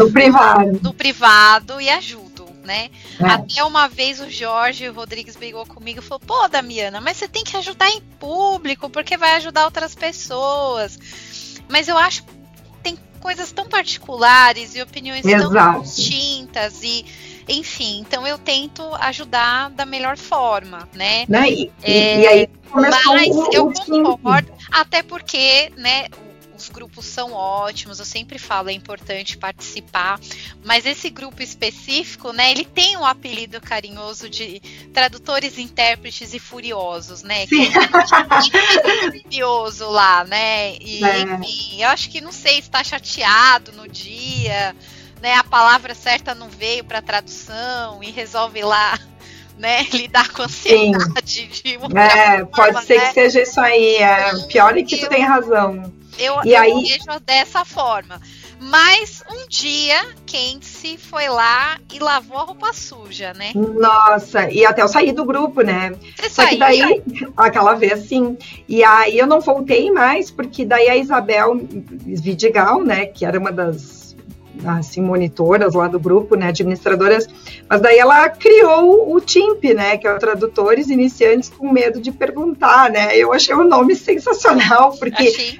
privado e ajudo, né? Até uma vez o Jorge Rodrigues brigou comigo e falou, pô, Damiana, mas você tem que ajudar em público, porque vai ajudar outras pessoas. Mas eu acho tem coisas tão particulares e opiniões tão distintas e, enfim, então eu tento ajudar da melhor forma, né? E aí mas eu concordo, até porque, né, grupos são ótimos, eu sempre falo, é importante participar, mas esse grupo específico, né, ele tem um apelido carinhoso de tradutores, intérpretes e furiosos, né? Que é furioso lá, né? E, enfim, eu acho que não sei se está chateado no dia, né? A palavra certa não veio para tradução e resolve lá, né, lidar com a ansiedade. Pode ser que seja isso aí. Pior é que tu tem razão. Eu vejo dessa forma. Mas um dia, Candice foi lá e lavou a roupa suja, né? Nossa, e até eu saí do grupo, né? Você Só que daí, aquela vez, sim. E aí eu não voltei mais, porque daí a Isabel Vidigal, né, que era uma das, assim, monitoras lá do grupo, né, administradoras, mas daí ela criou o TIMP, né, que é o Tradutores Iniciantes com Medo de Perguntar, né? Eu achei o nome sensacional, porque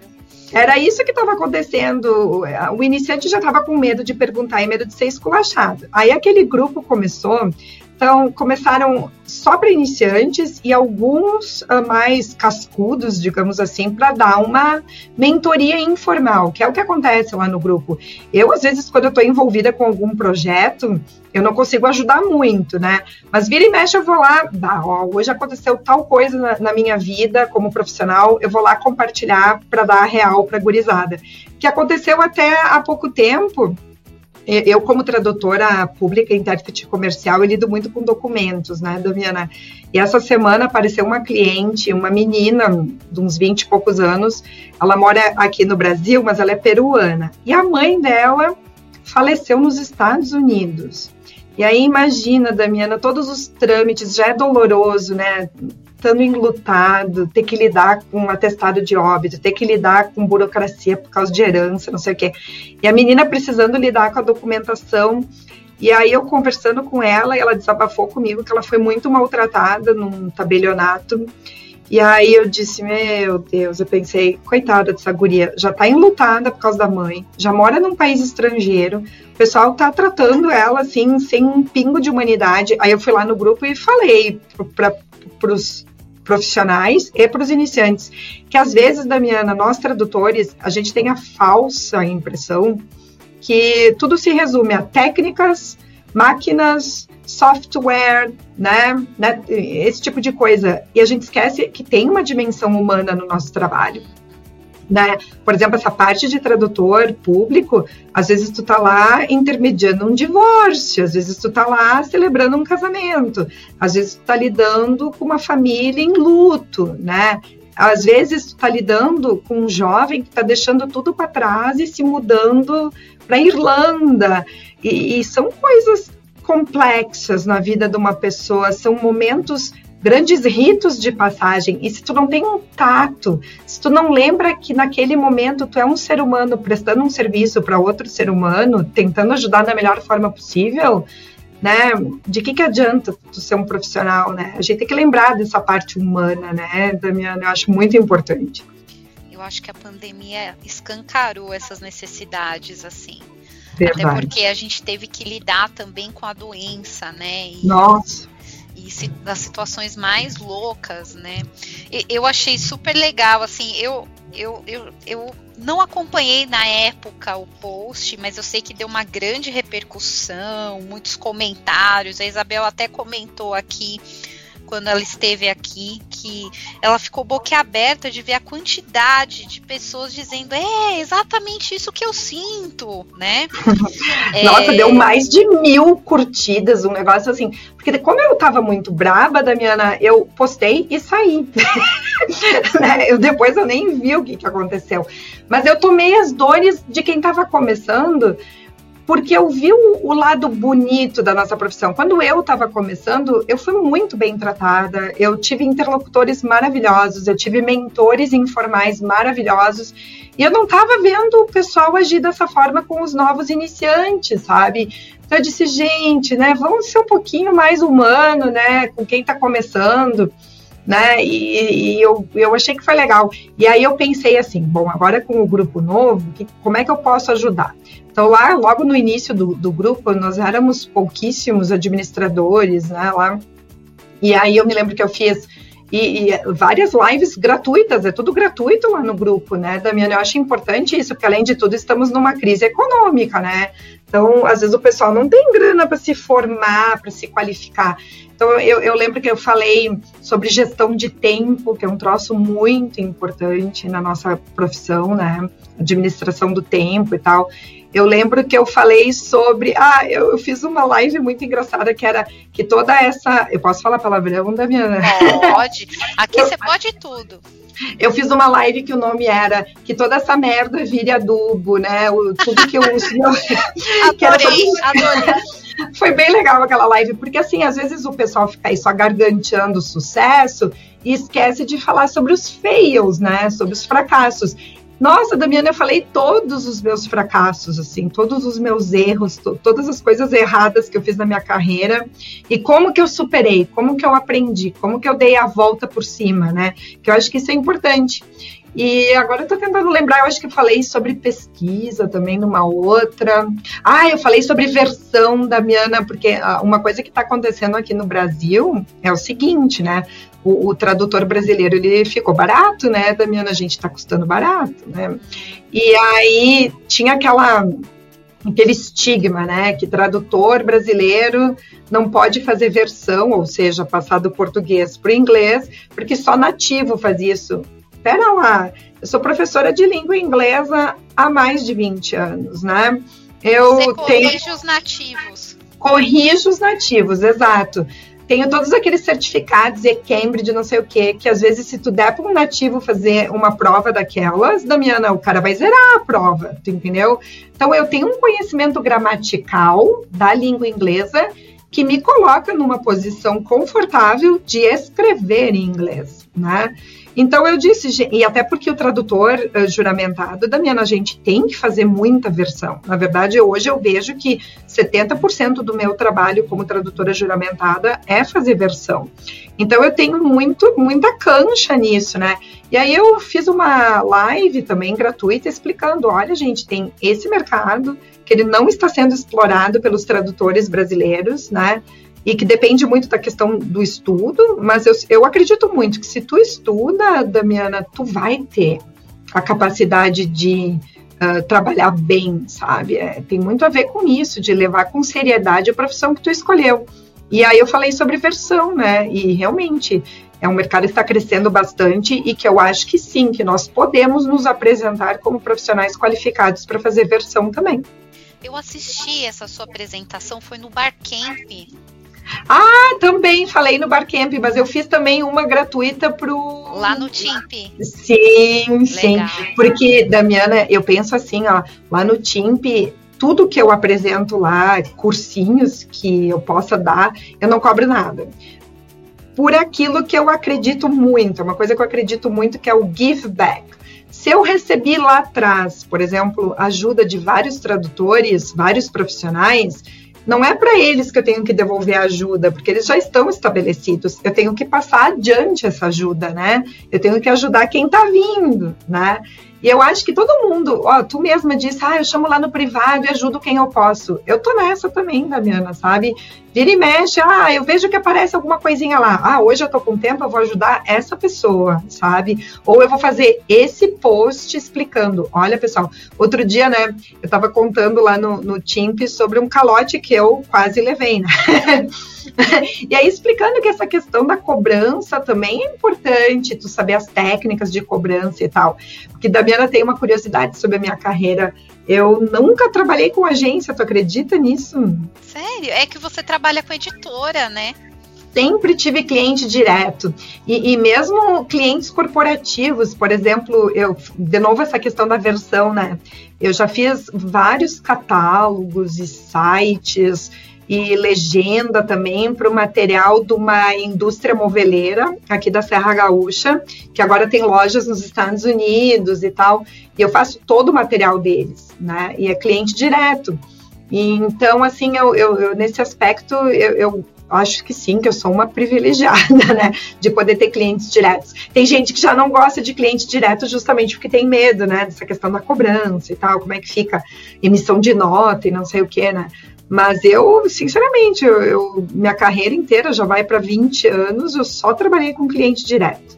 era isso que estava acontecendo. O iniciante já estava com medo de perguntar e medo de ser esculachado. Aí aquele grupo começou, então começaram só para iniciantes e alguns mais cascudos, digamos assim, para dar uma mentoria informal, que é o que acontece lá no grupo. Eu, às vezes, quando eu estou envolvida com algum projeto, eu não consigo ajudar muito, né? Mas vira e mexe eu vou lá, hoje aconteceu tal coisa na minha vida como profissional, eu vou lá compartilhar para dar a real para a gurizada. Que aconteceu até há pouco tempo. Eu, como tradutora pública, intérprete comercial, eu lido muito com documentos, né, Damiana? E essa semana apareceu uma cliente, uma menina de uns 20 e poucos anos, ela mora aqui no Brasil, mas ela é peruana. E a mãe dela faleceu nos Estados Unidos. E aí, imagina, Damiana, todos os trâmites, já é doloroso, né? Estando enlutado, ter que lidar com um atestado de óbito, ter que lidar com burocracia por causa de herança, não sei o quê. E a menina precisando lidar com a documentação. E aí eu conversando com ela, ela desabafou comigo que ela foi muito maltratada num tabelionato. E aí eu disse, meu Deus, eu pensei, coitada dessa guria, já tá enlutada por causa da mãe, já mora num país estrangeiro, o pessoal tá tratando ela assim, sem um pingo de humanidade. Aí eu fui lá no grupo e falei pros profissionais e para os iniciantes, que às vezes, Damiana, nós tradutores, a gente tem a falsa impressão que tudo se resume a técnicas, máquinas, software, né, esse tipo de coisa. E a gente esquece que tem uma dimensão humana no nosso trabalho, né? Por exemplo, essa parte de tradutor público, às vezes tu tá lá intermediando um divórcio, às vezes tu tá lá celebrando um casamento, às vezes tu tá lidando com uma família em luto, né? Às vezes tu tá lidando com um jovem que tá deixando tudo para trás e se mudando para Irlanda, e são coisas complexas na vida de uma pessoa, são momentos, grandes ritos de passagem, e se tu não tem um tato, se tu não lembra que naquele momento tu é um ser humano prestando um serviço para outro ser humano, tentando ajudar da melhor forma possível, né, de que adianta tu ser um profissional, né? A gente tem que lembrar dessa parte humana, né, Damiana? Eu acho muito importante. Eu acho que a pandemia escancarou essas necessidades, assim. Verdade. Até porque a gente teve que lidar também com a doença, né? Nossa! E das situações mais loucas, né? Eu achei super legal, assim, eu não acompanhei na época o post, mas eu sei que deu uma grande repercussão, muitos comentários. A Isabel até comentou aqui, quando ela esteve aqui, que ela ficou boquiaberta de ver a quantidade de pessoas dizendo, exatamente isso que eu sinto, né? Nossa, deu mais de 1000 curtidas, um negócio assim, porque como eu tava muito braba, Damiana, eu postei e saí. Né? Depois eu nem vi o que aconteceu, mas eu tomei as dores de quem tava começando, porque eu vi o lado bonito da nossa profissão. Quando eu estava começando, eu fui muito bem tratada, eu tive interlocutores maravilhosos, eu tive mentores informais maravilhosos, e eu não estava vendo o pessoal agir dessa forma com os novos iniciantes, sabe? Então eu disse, gente, né, vamos ser um pouquinho mais humano, né, com quem está começando, né, e eu achei que foi legal. E aí eu pensei assim, bom, agora com o grupo novo, como é que eu posso ajudar? Então lá, logo no início do grupo, nós éramos pouquíssimos administradores, né, lá, e aí eu me lembro que eu fiz E várias lives gratuitas, é tudo gratuito lá no grupo, né, Damiana? Eu acho importante isso, porque além de tudo estamos numa crise econômica, né? Então, às vezes o pessoal não tem grana para se formar, para se qualificar. Então, eu lembro que eu falei sobre gestão de tempo, que é um troço muito importante na nossa profissão, né? Administração do tempo e tal. Eu lembro que eu falei sobre... eu fiz uma live muito engraçada, que era que toda essa... Eu posso falar palavrão, Damiana? Pode. Aqui você pode tudo. Eu fiz uma live que o nome era que toda essa merda vire adubo, né? Tudo que eu uso... Adorei. Foi bem legal aquela live, porque assim, às vezes o pessoal fica aí só garganteando o sucesso e esquece de falar sobre os fails, né? Sobre os fracassos. Nossa, Damiana, eu falei todos os meus fracassos, assim, todos os meus erros, todas as coisas erradas que eu fiz na minha carreira e como que eu superei, como que eu aprendi, como que eu dei a volta por cima, né? Que eu acho que isso é importante. E agora eu tô tentando lembrar, eu acho que eu falei sobre pesquisa também numa outra. Eu falei sobre versão, Damiana, porque uma coisa que está acontecendo aqui no Brasil é o seguinte, né? O tradutor brasileiro, ele ficou barato, né, Damiana? A gente está custando barato, né? E aí tinha aquele estigma, né, que tradutor brasileiro não pode fazer versão, ou seja, passar do português para o inglês, porque só nativo faz isso. Pera lá, eu sou professora de língua inglesa há mais de 20 anos, né? Você corrige os nativos. Corrijo os nativos, exato. Tenho todos aqueles certificados e Cambridge, não sei o quê, que às vezes se tu der para um nativo fazer uma prova daquelas, Damiana, o cara vai zerar a prova, tu entendeu? Então eu tenho um conhecimento gramatical da língua inglesa que me coloca numa posição confortável de escrever em inglês, né? Então eu disse, e até porque o tradutor juramentado, Damiana, a gente tem que fazer muita versão. Na verdade, hoje eu vejo que 70% do meu trabalho como tradutora juramentada é fazer versão. Então eu tenho muita cancha nisso, né? E aí eu fiz uma live também gratuita explicando, olha, gente, tem esse mercado que ele não está sendo explorado pelos tradutores brasileiros, né? E que depende muito da questão do estudo, mas eu acredito muito que se tu estuda, Damiana, tu vai ter a capacidade de trabalhar bem, sabe? Tem muito a ver com isso, de levar com seriedade a profissão que tu escolheu. E aí eu falei sobre versão, né? E realmente é um mercado que está crescendo bastante e que eu acho que sim, que nós podemos nos apresentar como profissionais qualificados para fazer versão também. Eu assisti essa sua apresentação, foi no Barcamp. Também falei no Barcamp, mas eu fiz também uma gratuita lá no TIMP. Sim, porque, Damiana, eu penso assim, lá no TIMP, tudo que eu apresento lá, cursinhos que eu possa dar, eu não cobro nada. Por aquilo que eu acredito muito, uma coisa que eu acredito muito que é o give back. Se eu recebi lá atrás, por exemplo, ajuda de vários tradutores, vários profissionais, não é para eles que eu tenho que devolver a ajuda, porque eles já estão estabelecidos. Eu tenho que passar adiante essa ajuda, né? Eu tenho que ajudar quem está vindo, né? E eu acho que todo mundo, tu mesma disse, eu chamo lá no privado e ajudo quem eu posso. Eu tô nessa também, Damiana, sabe? Vira e mexe, eu vejo que aparece alguma coisinha lá. Hoje eu tô com tempo, eu vou ajudar essa pessoa, sabe? Ou eu vou fazer esse post explicando. Olha, pessoal, outro dia, né, eu tava contando lá no TIMP sobre um calote que eu quase levei, né? E aí explicando que essa questão da cobrança também é importante, tu saber as técnicas de cobrança e tal. Porque, Damiana, tem uma curiosidade sobre a minha carreira. Eu nunca trabalhei com agência, tu acredita nisso? Sério? É que você trabalha com editora, né? Sempre tive cliente direto. E mesmo clientes corporativos, por exemplo, de novo essa questão da versão, né? Eu já fiz vários catálogos e sites e legenda também para o material de uma indústria moveleira aqui da Serra Gaúcha, que agora tem lojas nos Estados Unidos e tal, e eu faço todo o material deles, né? E é cliente direto. E então, assim, eu nesse aspecto, eu acho que sim, que eu sou uma privilegiada, né, de poder ter clientes diretos. Tem gente que já não gosta de cliente direto justamente porque tem medo, né, dessa questão da cobrança e tal, como é que fica emissão de nota e não sei o que, né. Mas eu, sinceramente, minha carreira inteira já vai para 20 anos, eu só trabalhei com cliente direto.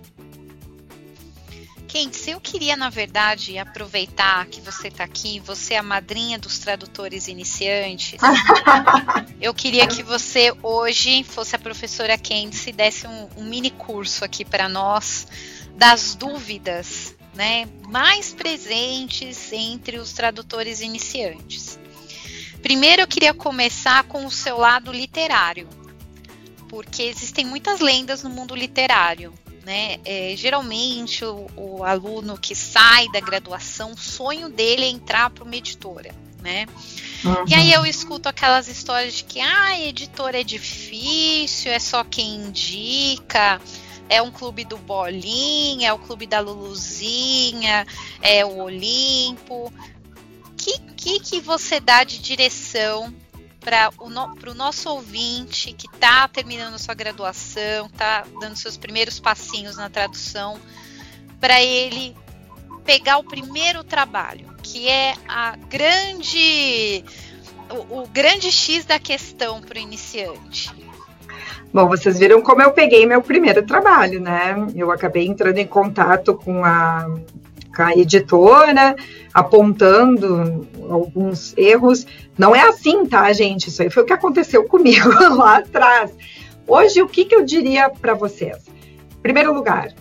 Kensi, eu queria, na verdade, aproveitar que você está aqui, você é a madrinha dos tradutores iniciantes. Eu queria que você hoje fosse a professora Kensi e desse um mini curso aqui para nós das dúvidas, né, mais presentes entre os tradutores iniciantes. Primeiro, eu queria começar com o seu lado literário, porque existem muitas lendas no mundo literário. Né? Geralmente o aluno que sai da graduação, o sonho dele é entrar para uma editora, né? Uhum. E aí eu escuto aquelas histórias de que editora é difícil, é só quem indica, é um clube do Bolinha, é o clube da Luluzinha, é o Olimpo. Que você dá de direção para o nosso ouvinte que está terminando sua graduação, está dando seus primeiros passinhos na tradução, para ele pegar o primeiro trabalho, que é o grande X da questão para o iniciante? Bom, vocês viram como eu peguei meu primeiro trabalho, né? Eu acabei entrando em contato com a editora, apontando alguns erros. Não é assim, tá, gente? Isso aí foi o que aconteceu comigo lá atrás. Hoje, o que eu diria para vocês? Em primeiro lugar,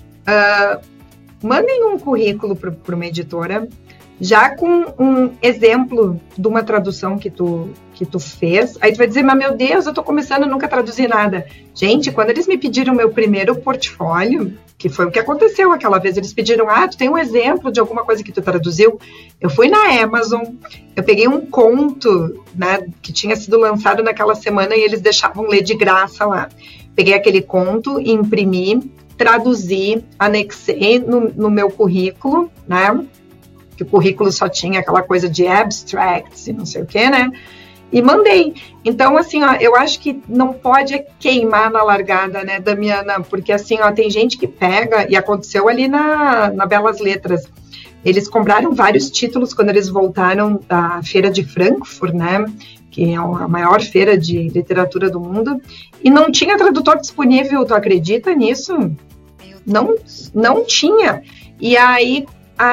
mandem um currículo para uma editora, já com um exemplo de uma tradução que tu fez. Aí tu vai dizer, mas meu Deus, eu tô começando, eu nunca traduzi nada. Gente, quando eles me pediram meu primeiro portfólio, que foi o que aconteceu aquela vez, eles pediram, tu tem um exemplo de alguma coisa que tu traduziu? Eu fui na Amazon, eu peguei um conto, né, que tinha sido lançado naquela semana e eles deixavam ler de graça lá. Peguei aquele conto, imprimi, traduzi, anexei no meu currículo, né, que o currículo só tinha aquela coisa de abstracts e não sei o que, né, e mandei. Então, assim, eu acho que não pode queimar na largada, né, Damiana? Porque, assim, tem gente que pega, e aconteceu ali na Belas Letras. Eles compraram vários títulos quando eles voltaram da Feira de Frankfurt, né, que é a maior feira de literatura do mundo, e não tinha tradutor disponível, tu acredita nisso? Não tinha. E aí,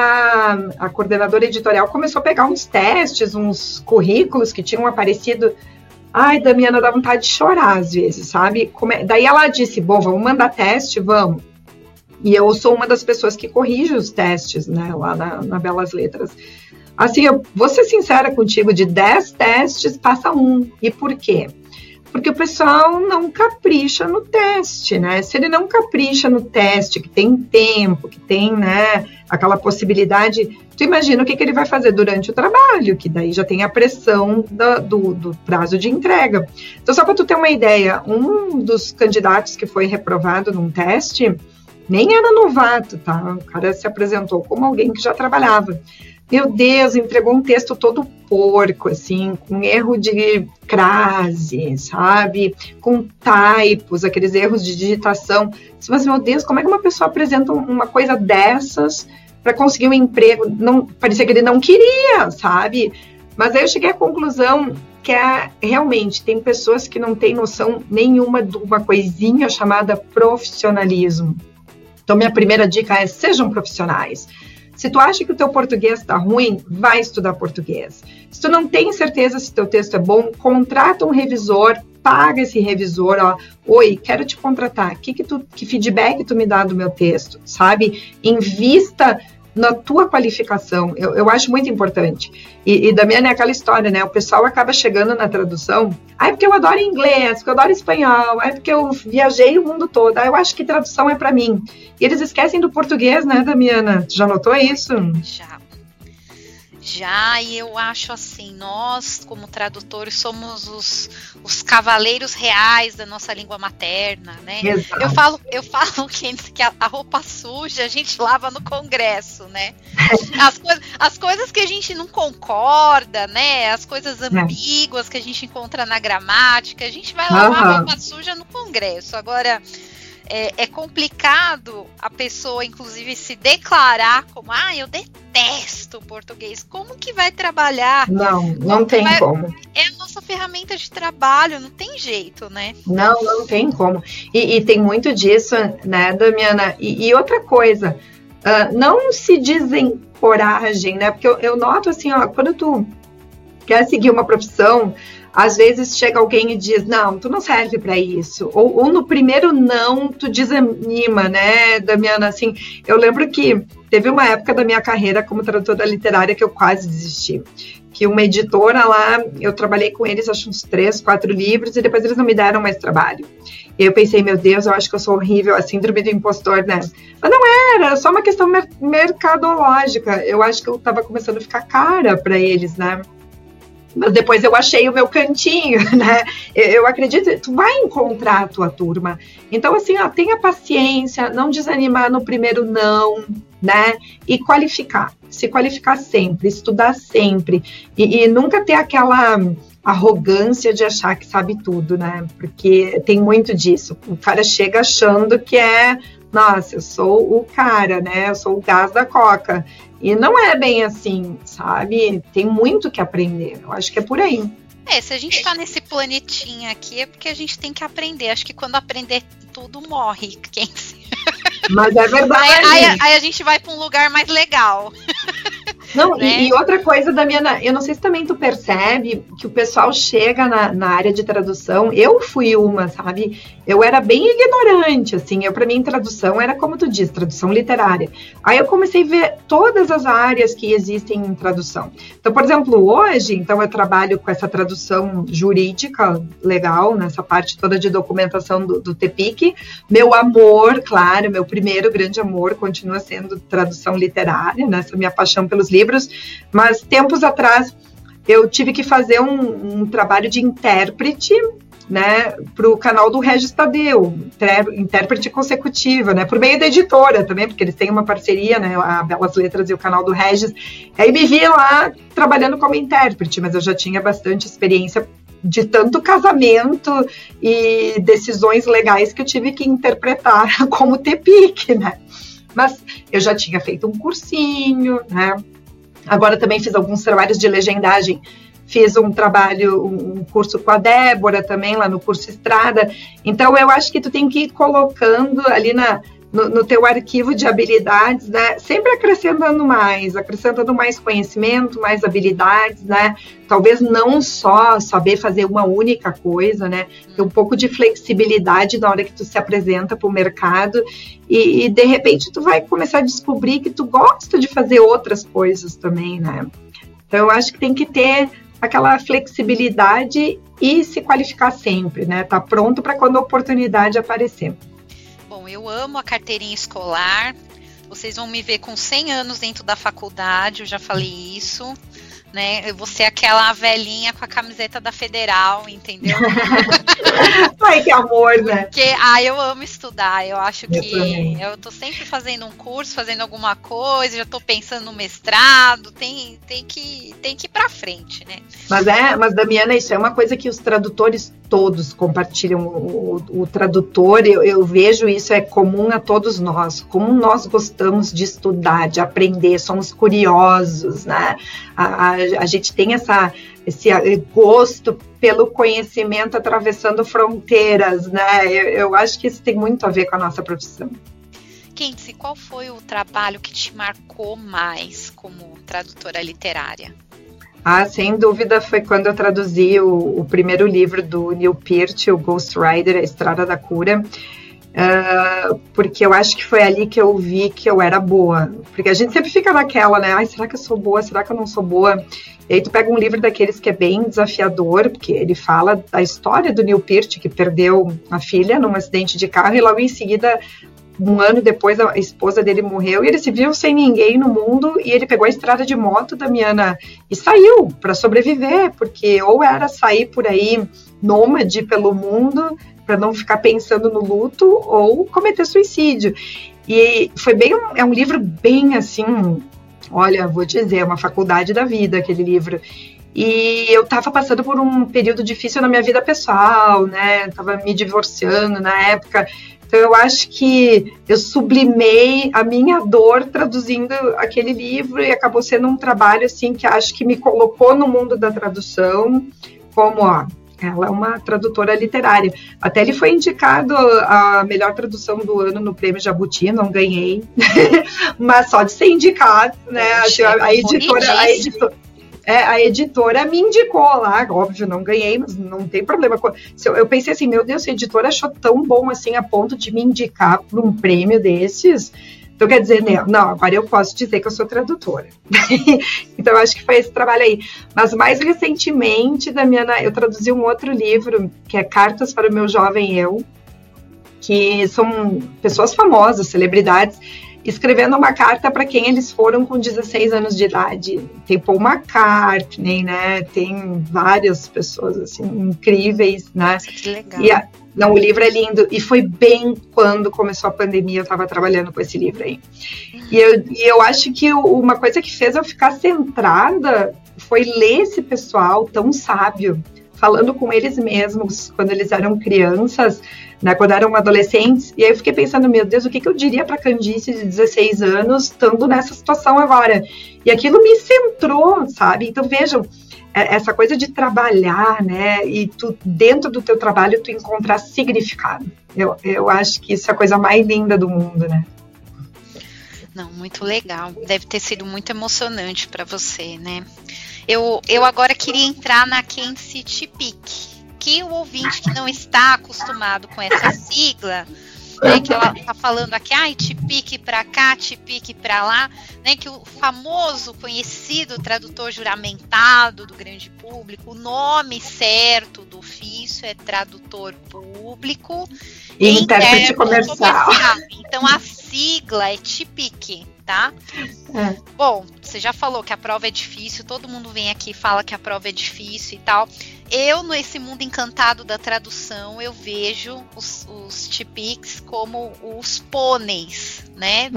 a coordenadora editorial começou a pegar uns testes, uns currículos que tinham aparecido. Ai, Damiana, dá vontade de chorar às vezes, sabe? Daí ela disse, bom, vamos mandar teste, vamos. E eu sou uma das pessoas que corrige os testes, né, lá na Belas Letras. Assim, eu vou ser sincera contigo, de 10 testes, passa 1. E por quê? Porque o pessoal não capricha no teste, né? Se ele não capricha no teste, que tem tempo, que tem, né, aquela possibilidade, tu imagina o que ele vai fazer durante o trabalho, que daí já tem a pressão do prazo de entrega. Então, só para tu ter uma ideia, um dos candidatos que foi reprovado num teste nem era novato, tá? O cara se apresentou como alguém que já trabalhava. Meu Deus, entregou um texto todo porco, assim, com erro de crase, sabe? Com typos, aqueles erros de digitação. Mas, meu Deus, como é que uma pessoa apresenta uma coisa dessas para conseguir um emprego? Não, parecia que ele não queria, sabe? Mas aí eu cheguei à conclusão que realmente tem pessoas que não têm noção nenhuma de uma coisinha chamada profissionalismo. Então, minha primeira dica é: sejam profissionais. Se tu acha que o teu português está ruim, vai estudar português. Se tu não tem certeza se teu texto é bom, contrata um revisor, paga esse revisor, oi, quero te contratar, que feedback tu me dá do meu texto, sabe? Invista na tua qualificação, eu acho muito importante. E Damiana, é aquela história, né? O pessoal acaba chegando na tradução, porque eu adoro inglês, porque eu adoro espanhol, porque eu viajei o mundo todo, eu acho que tradução é para mim. E eles esquecem do português, né, Damiana? Tu já notou isso? Já, e eu acho assim, nós como tradutores somos os cavaleiros reais da nossa língua materna, né? Exato. Eu falo que a roupa suja a gente lava no Congresso, né? As coisas que a gente não concorda, né? As coisas ambíguas que a gente encontra na gramática, a gente vai lavar a roupa suja no Congresso. Agora, é complicado a pessoa, inclusive, se declarar como, eu detesto o português. Como que vai trabalhar? Não tem como. É a nossa ferramenta de trabalho, não tem jeito, né? Não tem como. E tem muito disso, né, Damiana? E outra coisa, não se desencorajem, né? Porque eu noto assim, quando tu quer seguir uma profissão, às vezes chega alguém e diz, não, tu não serve para isso. Ou no primeiro não, tu desanima, né, Damiana? Assim, eu lembro que teve uma época da minha carreira como tradutora literária que eu quase desisti. Que uma editora lá, eu trabalhei com eles, acho uns 3, 4 livros, e depois eles não me deram mais trabalho. E eu pensei, meu Deus, eu acho que eu sou horrível, a síndrome do impostor, né? Mas não era só uma questão mercadológica. Eu acho que eu estava começando a ficar cara para eles, né? Mas depois eu achei o meu cantinho, né? Eu acredito, tu vai encontrar a tua turma. Então, assim, tenha paciência, não desanimar no primeiro não, né? E se qualificar sempre, estudar sempre. E nunca ter aquela arrogância de achar que sabe tudo, né? Porque tem muito disso. O cara chega achando que nossa, eu sou o cara, né? Eu sou o gás da coca. E não é bem assim, sabe? Tem muito que aprender. Eu acho que é por aí. Se a gente tá nesse planetinha aqui, é porque a gente tem que aprender. Acho que quando aprender tudo, morre. Mas é verdade. Aí a gente vai para um lugar mais legal. Não, né? E outra coisa, Damiana, eu não sei se também tu percebe que o pessoal chega na área de tradução, eu fui uma, sabe? Eu era bem ignorante, assim, pra mim tradução era como tu diz, tradução literária. Aí eu comecei a ver todas as áreas que existem em tradução. Então, por exemplo, hoje, eu trabalho com essa tradução jurídica legal, nessa parte toda de documentação do TPIC. Meu amor, claro, meu primeiro grande amor continua sendo tradução literária, né? Essa minha paixão pelos livros, mas tempos atrás eu tive que fazer um trabalho de intérprete, né, para o canal do Regis Tadeu, intérprete consecutiva, né, por meio da editora também, porque eles têm uma parceria, né, a Belas Letras e o canal do Regis. Aí me vi lá trabalhando como intérprete, mas eu já tinha bastante experiência de tanto casamento e decisões legais que eu tive que interpretar como TPIC, né. Mas eu já tinha feito um cursinho, né. Agora também fiz alguns trabalhos de legendagem. Fiz um curso com a Débora também, lá no curso Estrada. Então, eu acho que tu tem que ir colocando ali no teu arquivo de habilidades, né? Sempre acrescentando mais conhecimento, mais habilidades, né? Talvez não só saber fazer uma única coisa, né? Ter um pouco de flexibilidade na hora que tu se apresenta para o mercado e, de repente, tu vai começar a descobrir que tu gosta de fazer outras coisas também, né? Então, eu acho que tem que ter aquela flexibilidade e se qualificar sempre, né? Tá pronto para quando a oportunidade aparecer. Bom, eu amo a carteirinha escolar. Vocês vão me ver com 100 anos dentro da faculdade, eu já falei isso, né? Eu vou ser aquela velhinha com a camiseta da Federal, entendeu? Ai, que amor, né? Porque, eu amo estudar, eu acho que eu tô sempre fazendo um curso, fazendo alguma coisa, já tô pensando no mestrado, tem que ir pra frente, né? Mas Damiana, isso é uma coisa que os tradutores todos compartilham. O tradutor, eu vejo isso, é comum a todos nós, como nós gostamos de estudar, de aprender, somos curiosos, né? A gente tem esse gosto pelo conhecimento atravessando fronteiras, né? Eu acho que isso tem muito a ver com a nossa profissão. Kenzie, qual foi o trabalho que te marcou mais como tradutora literária? Sem dúvida foi quando eu traduzi o primeiro livro do Neil Peart, o Ghost Rider, A Estrada da Cura, porque eu acho que foi ali que eu vi que eu era boa. Porque a gente sempre fica naquela, né? Será que eu sou boa? Será que eu não sou boa? E aí tu pega um livro daqueles que é bem desafiador, porque ele fala da história do Neil Peart, que perdeu a filha num acidente de carro, e logo em seguida um ano depois a esposa dele morreu e ele se viu sem ninguém no mundo e ele pegou a estrada de moto, Damiana, e saiu para sobreviver, porque ou era sair por aí nômade pelo mundo para não ficar pensando no luto ou cometer suicídio. E foi bem, é um livro bem assim, olha, vou dizer, é uma faculdade da vida aquele livro. E eu estava passando por um período difícil na minha vida pessoal, né? Estava me divorciando na época. Então, eu acho que eu sublimei a minha dor traduzindo aquele livro e acabou sendo um trabalho, assim, que acho que me colocou no mundo da tradução como, ela é uma tradutora literária. Até ele foi indicado a melhor tradução do ano no Prêmio Jabuti, não ganhei, mas só de ser indicado, né? A editora me indicou lá, óbvio, não ganhei, mas não tem problema. Eu pensei assim, meu Deus, a editora achou tão bom assim a ponto de me indicar para um prêmio desses. Então, quer dizer, não, agora eu posso dizer que eu sou tradutora. Então, eu acho que foi esse trabalho aí. Mas, mais recentemente, Damiana, eu traduzi um outro livro, que é Cartas para o Meu Jovem Eu, que são pessoas famosas, celebridades, escrevendo uma carta para quem eles foram com 16 anos de idade. Tem Paul McCartney, né? Tem várias pessoas assim incríveis, né? Que legal. O livro é lindo. E foi bem quando começou a pandemia, eu estava trabalhando com esse livro aí. E eu acho que uma coisa que fez eu ficar centrada foi ler esse pessoal tão sábio, falando com eles mesmos, quando eles eram crianças, né, quando eram adolescentes, e aí eu fiquei pensando, meu Deus, o que eu diria para Candice de 16 anos, estando nessa situação agora? E aquilo me centrou, sabe? Então, vejam, essa coisa de trabalhar, né, e tu, dentro do teu trabalho, tu encontrar significado. Eu acho que isso é a coisa mais linda do mundo, né? Não, muito legal. Deve ter sido muito emocionante para você, né? Eu agora queria entrar na Candice TPIC, que o ouvinte que não está acostumado com essa sigla, né, que ela está falando aqui, TPIC para cá, TPIC para lá, né, que o famoso, conhecido tradutor juramentado do grande público, o nome certo do ofício é tradutor público e intérprete comercial. Então a sigla é TPIC. Tá? Bom, você já falou que a prova é difícil, todo mundo vem aqui e fala que a prova é difícil e tal. Eu, nesse mundo encantado da tradução, eu vejo os TPICs como os pôneis, né?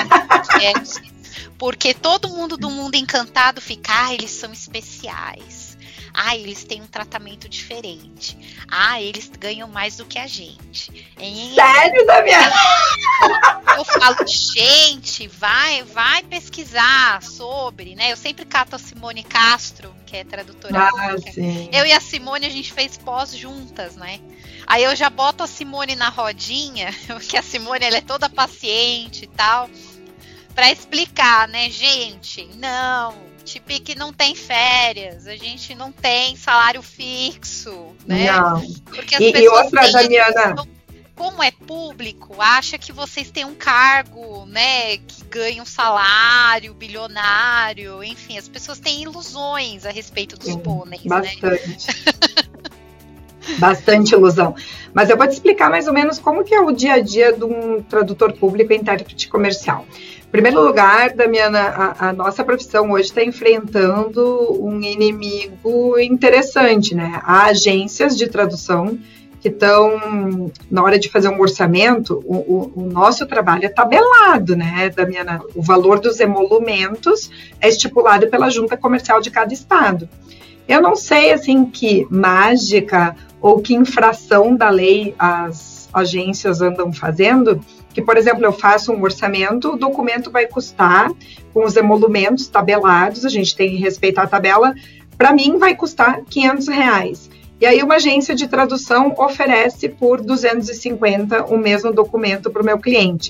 Porque todo mundo do mundo encantado fica, eles são especiais. Eles têm um tratamento diferente. Eles ganham mais do que a gente. Sério, Damiana? Eu falo, gente, vai pesquisar sobre, né? Eu sempre cato a Simone Castro, que é tradutora. Sim. Eu e a Simone, a gente fez pós juntas, né? Aí eu já boto a Simone na rodinha, porque a Simone, ela é toda paciente e tal, pra explicar, né? Gente, não... TPIC não tem férias, a gente não tem salário fixo, né? Não. Porque as pessoas outra, Damiana, como é público, acha que vocês têm um cargo, né, que ganha um salário bilionário, enfim, as pessoas têm ilusões a respeito dos pôneis, bastante. Né? Bastante ilusão. Mas eu vou te explicar mais ou menos como que é o dia a dia de um tradutor público e intérprete comercial. Em primeiro lugar, Damiana, a nossa profissão hoje está enfrentando um inimigo interessante, né? Há agências de tradução que estão, na hora de fazer um orçamento, o nosso trabalho é tabelado, né, Damiana? O valor dos emolumentos é estipulado pela junta comercial de cada estado. Eu não sei, assim, que mágica ou que infração da lei as agências andam fazendo, que, por exemplo, eu faço um orçamento, o documento vai custar, com os emolumentos tabelados, a gente tem que respeitar a tabela, para mim vai custar R$500. E aí uma agência de tradução oferece por 250 o mesmo documento para o meu cliente.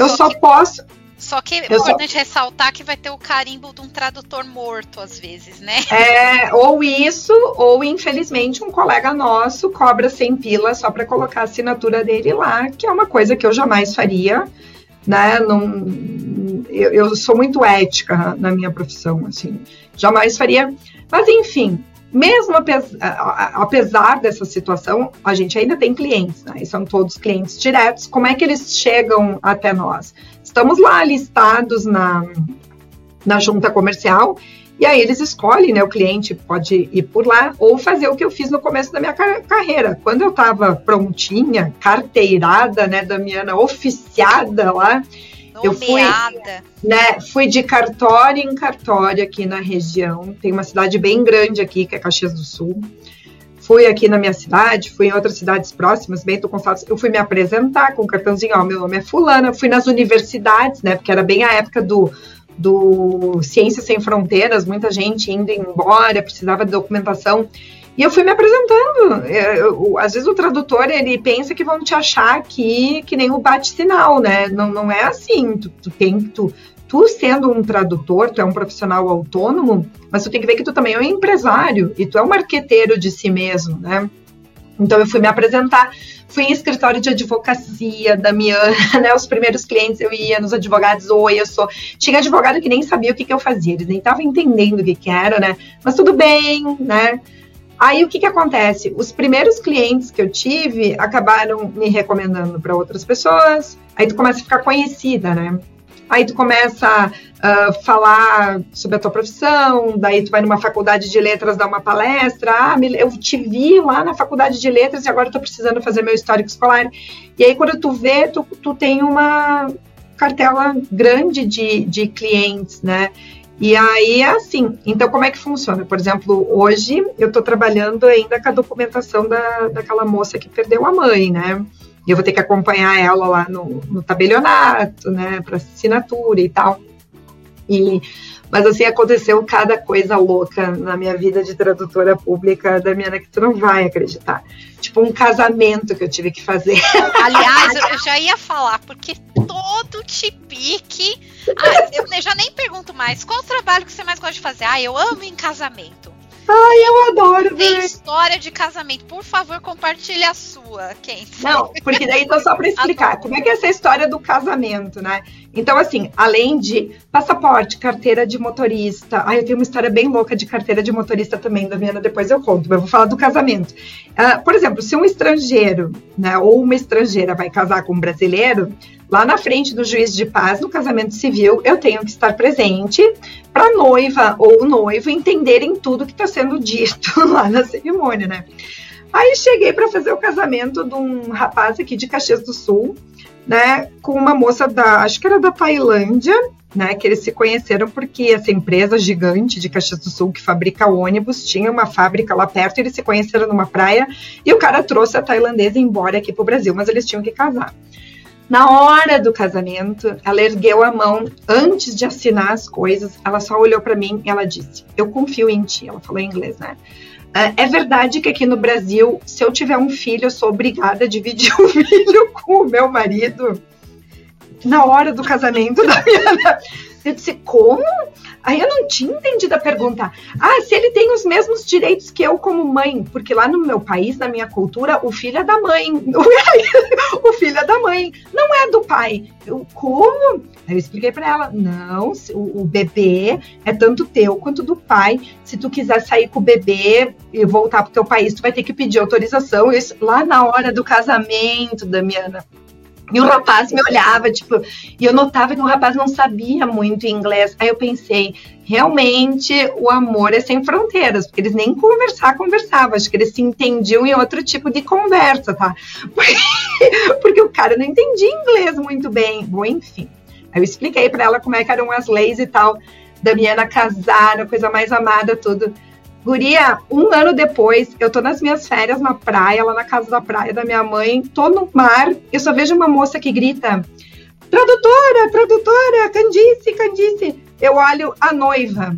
Só que é importante ressaltar que vai ter o carimbo de um tradutor morto, às vezes, né? Ou isso, ou infelizmente um colega nosso cobra 100 pila só para colocar a assinatura dele lá, que é uma coisa que eu jamais faria, né? Eu sou muito ética na minha profissão, assim, jamais faria. Mas enfim, mesmo apesar dessa situação, a gente ainda tem clientes, né? E são todos clientes diretos. Como é que eles chegam até nós? Estamos lá listados na junta comercial, e aí eles escolhem, né? O cliente pode ir por lá ou fazer o que eu fiz no começo da minha carreira. Quando eu estava prontinha, carteirada, né, Damiana, oficiada lá, eu fui de cartório em cartório aqui na região. Tem uma cidade bem grande aqui, que é Caxias do Sul. Fui aqui na minha cidade, fui em outras cidades próximas, Bento Gonçalves. Eu fui me apresentar com o cartãozinho, ó, meu nome é fulana. Fui nas universidades, né, porque era bem a época do Ciências Sem Fronteiras, muita gente indo embora, precisava de documentação. E eu fui me apresentando. Às vezes o tradutor, ele pensa que vão te achar aqui que nem o bate-sinal, né? Não é assim. Tu sendo um tradutor, tu é um profissional autônomo, mas tu tem que ver que tu também é um empresário e tu é um marqueteiro de si mesmo, né? Então eu fui me apresentar, fui em escritório de advocacia, Damiana, né? Os primeiros clientes eu ia nos advogados, tinha advogado que nem sabia o que eu fazia, eles nem estavam entendendo o que era, né? Mas tudo bem, né? Aí o que acontece? Os primeiros clientes que eu tive acabaram me recomendando para outras pessoas, aí tu começa a ficar conhecida, né? Aí tu começa a falar sobre a tua profissão, daí tu vai numa faculdade de letras dar uma palestra, eu te vi lá na faculdade de letras e agora eu tô precisando fazer meu histórico escolar. E aí quando tu vê, tu tem uma cartela grande de clientes, né? E aí é assim, então como é que funciona? Por exemplo, hoje eu estou trabalhando ainda com a documentação daquela moça que perdeu a mãe, né? E eu vou ter que acompanhar ela lá no tabelionato, né? Para assinatura e tal. Mas assim, aconteceu cada coisa louca na minha vida de tradutora pública, Damiana, que tu não vai acreditar. Tipo, um casamento que eu tive que fazer. Aliás, eu já ia falar, porque todo tipique... eu já nem pergunto mais, qual o trabalho que você mais gosta de fazer? Eu amo em casamento. Eu adoro. Tem história de casamento. Por favor, compartilhe a sua, Kent. Não, porque daí então só para explicar como é que é essa história do casamento, né? Então, assim, além de passaporte, carteira de motorista... eu tenho uma história bem louca de carteira de motorista também, Damiana, depois eu conto, mas eu vou falar do casamento. Por exemplo, se um estrangeiro, né, ou uma estrangeira vai casar com um brasileiro, lá na frente do juiz de paz, no casamento civil, eu tenho que estar presente para a noiva ou o noivo entenderem tudo que está sendo dito lá na cerimônia, né? Aí cheguei para fazer o casamento de um rapaz aqui de Caxias do Sul, né, com uma moça acho que era da Tailândia, né, que eles se conheceram porque essa empresa gigante de Caxias do Sul que fabrica ônibus, tinha uma fábrica lá perto, eles se conheceram numa praia e o cara trouxe a tailandesa embora aqui pro Brasil, mas eles tinham que casar. Na hora do casamento, ela ergueu a mão antes de assinar as coisas, ela só olhou para mim e ela disse, eu confio em ti, ela falou em inglês, né? É verdade que aqui no Brasil, se eu tiver um filho, eu sou obrigada a dividir o filho com o meu marido? Na hora do casamento da minha... Eu disse, como? Aí eu não tinha entendido a pergunta. Se ele tem os mesmos direitos que eu como mãe, porque lá no meu país, na minha cultura, o filho é da mãe. O filho é da mãe, não é do pai. Como? Aí eu expliquei para ela, não, o bebê é tanto teu quanto do pai. Se tu quiser sair com o bebê e voltar pro teu país, tu vai ter que pedir autorização. Isso lá na hora do casamento, Damiana. E o rapaz me olhava, tipo, e eu notava que o rapaz não sabia muito inglês. Aí eu pensei, realmente o amor é sem fronteiras, porque eles nem conversavam, acho que eles se entendiam em outro tipo de conversa, tá? Porque o cara não entendia inglês muito bem. Bom, enfim. Aí eu expliquei pra ela como é que eram as leis e tal. Damiana casaram, coisa mais amada, tudo. Guria, 1 ano depois, eu tô nas minhas férias na praia, lá na casa da praia da minha mãe, tô no mar, eu só vejo uma moça que grita, tradutora, Candice. Eu olho a noiva,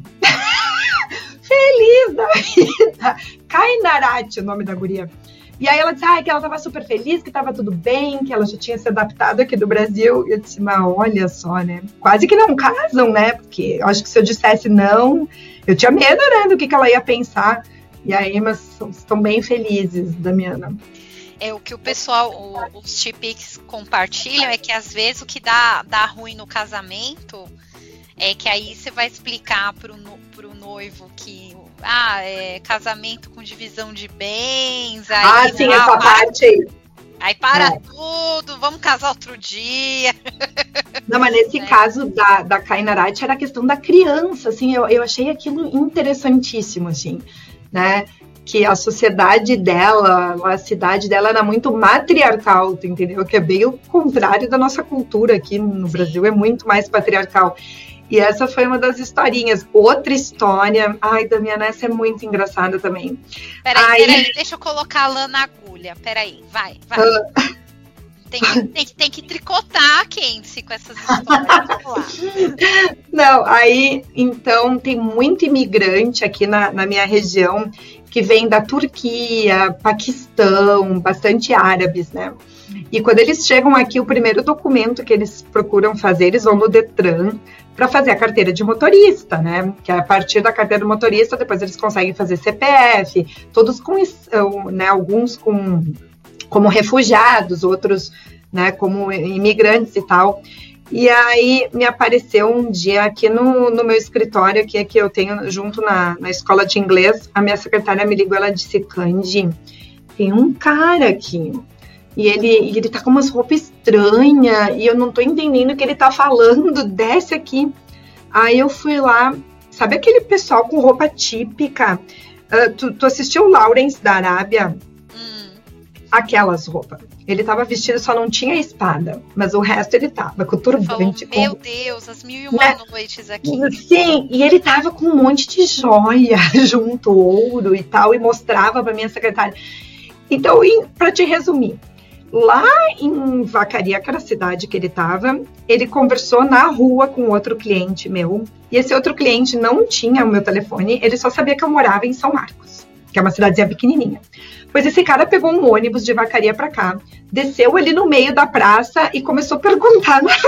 feliz da vida, Kainarati, o nome da guria. E aí ela disse, que ela tava super feliz, que tava tudo bem, que ela já tinha se adaptado aqui do Brasil. E eu disse, mas olha só, né? Quase que não casam, né? Porque eu acho que se eu dissesse não, eu tinha medo, né? Do que ela ia pensar. E aí, mas estão bem felizes, Damiana. O que o pessoal, os tipiques compartilham é que às vezes o que dá ruim no casamento é que aí você vai explicar pro noivo que casamento com divisão de bens. Aí, sim, essa parte aí. Aí para tudo, vamos casar outro dia. Não, mas nesse caso da Kainarati era a questão da criança, assim, eu achei aquilo interessantíssimo, assim, né? Que a sociedade dela, a cidade dela era muito matriarcal, entendeu? Que é bem o contrário da nossa cultura aqui no Brasil, é muito mais patriarcal. E essa foi uma das historinhas. Outra história, Damiana, essa é muito engraçada também. Peraí, deixa eu colocar a lã na agulha. Peraí, vai. Tem que tricotar a Kenzie com essas histórias. Vamos lá. Não, então, tem muito imigrante aqui na minha região que vem da Turquia, Paquistão, bastante árabes, né? E quando eles chegam aqui, o primeiro documento que eles procuram fazer, eles vão no Detran para fazer a carteira de motorista, né? Que a partir da carteira de motorista, depois eles conseguem fazer CPF, todos com, né, alguns como refugiados, outros, né, como imigrantes e tal. E aí me apareceu um dia aqui no meu escritório, que eu tenho junto na escola de inglês, a minha secretária me ligou, ela disse, Candy, tem um cara aqui, e ele tá com umas roupas estranhas, e eu não tô entendendo o que ele tá falando, desce aqui. Aí eu fui lá, sabe aquele pessoal com roupa típica? Tu assistiu o Lawrence da Arábia? Aquelas roupas. Ele tava vestido, só não tinha espada, mas o resto ele tava com o turbante. Meu Deus, as 1001 noites aqui. Sim, e ele tava com um monte de joia junto, ouro e tal, e mostrava pra minha secretária. Então, pra te resumir, lá em Vacaria, que era a cidade que ele tava, ele conversou na rua com outro cliente meu, e esse outro cliente não tinha o meu telefone, ele só sabia que eu morava em São Marcos, que é uma cidadezinha pequenininha. Pois esse cara pegou um ônibus de Vacaria pra cá, desceu ali no meio da praça e começou a perguntar na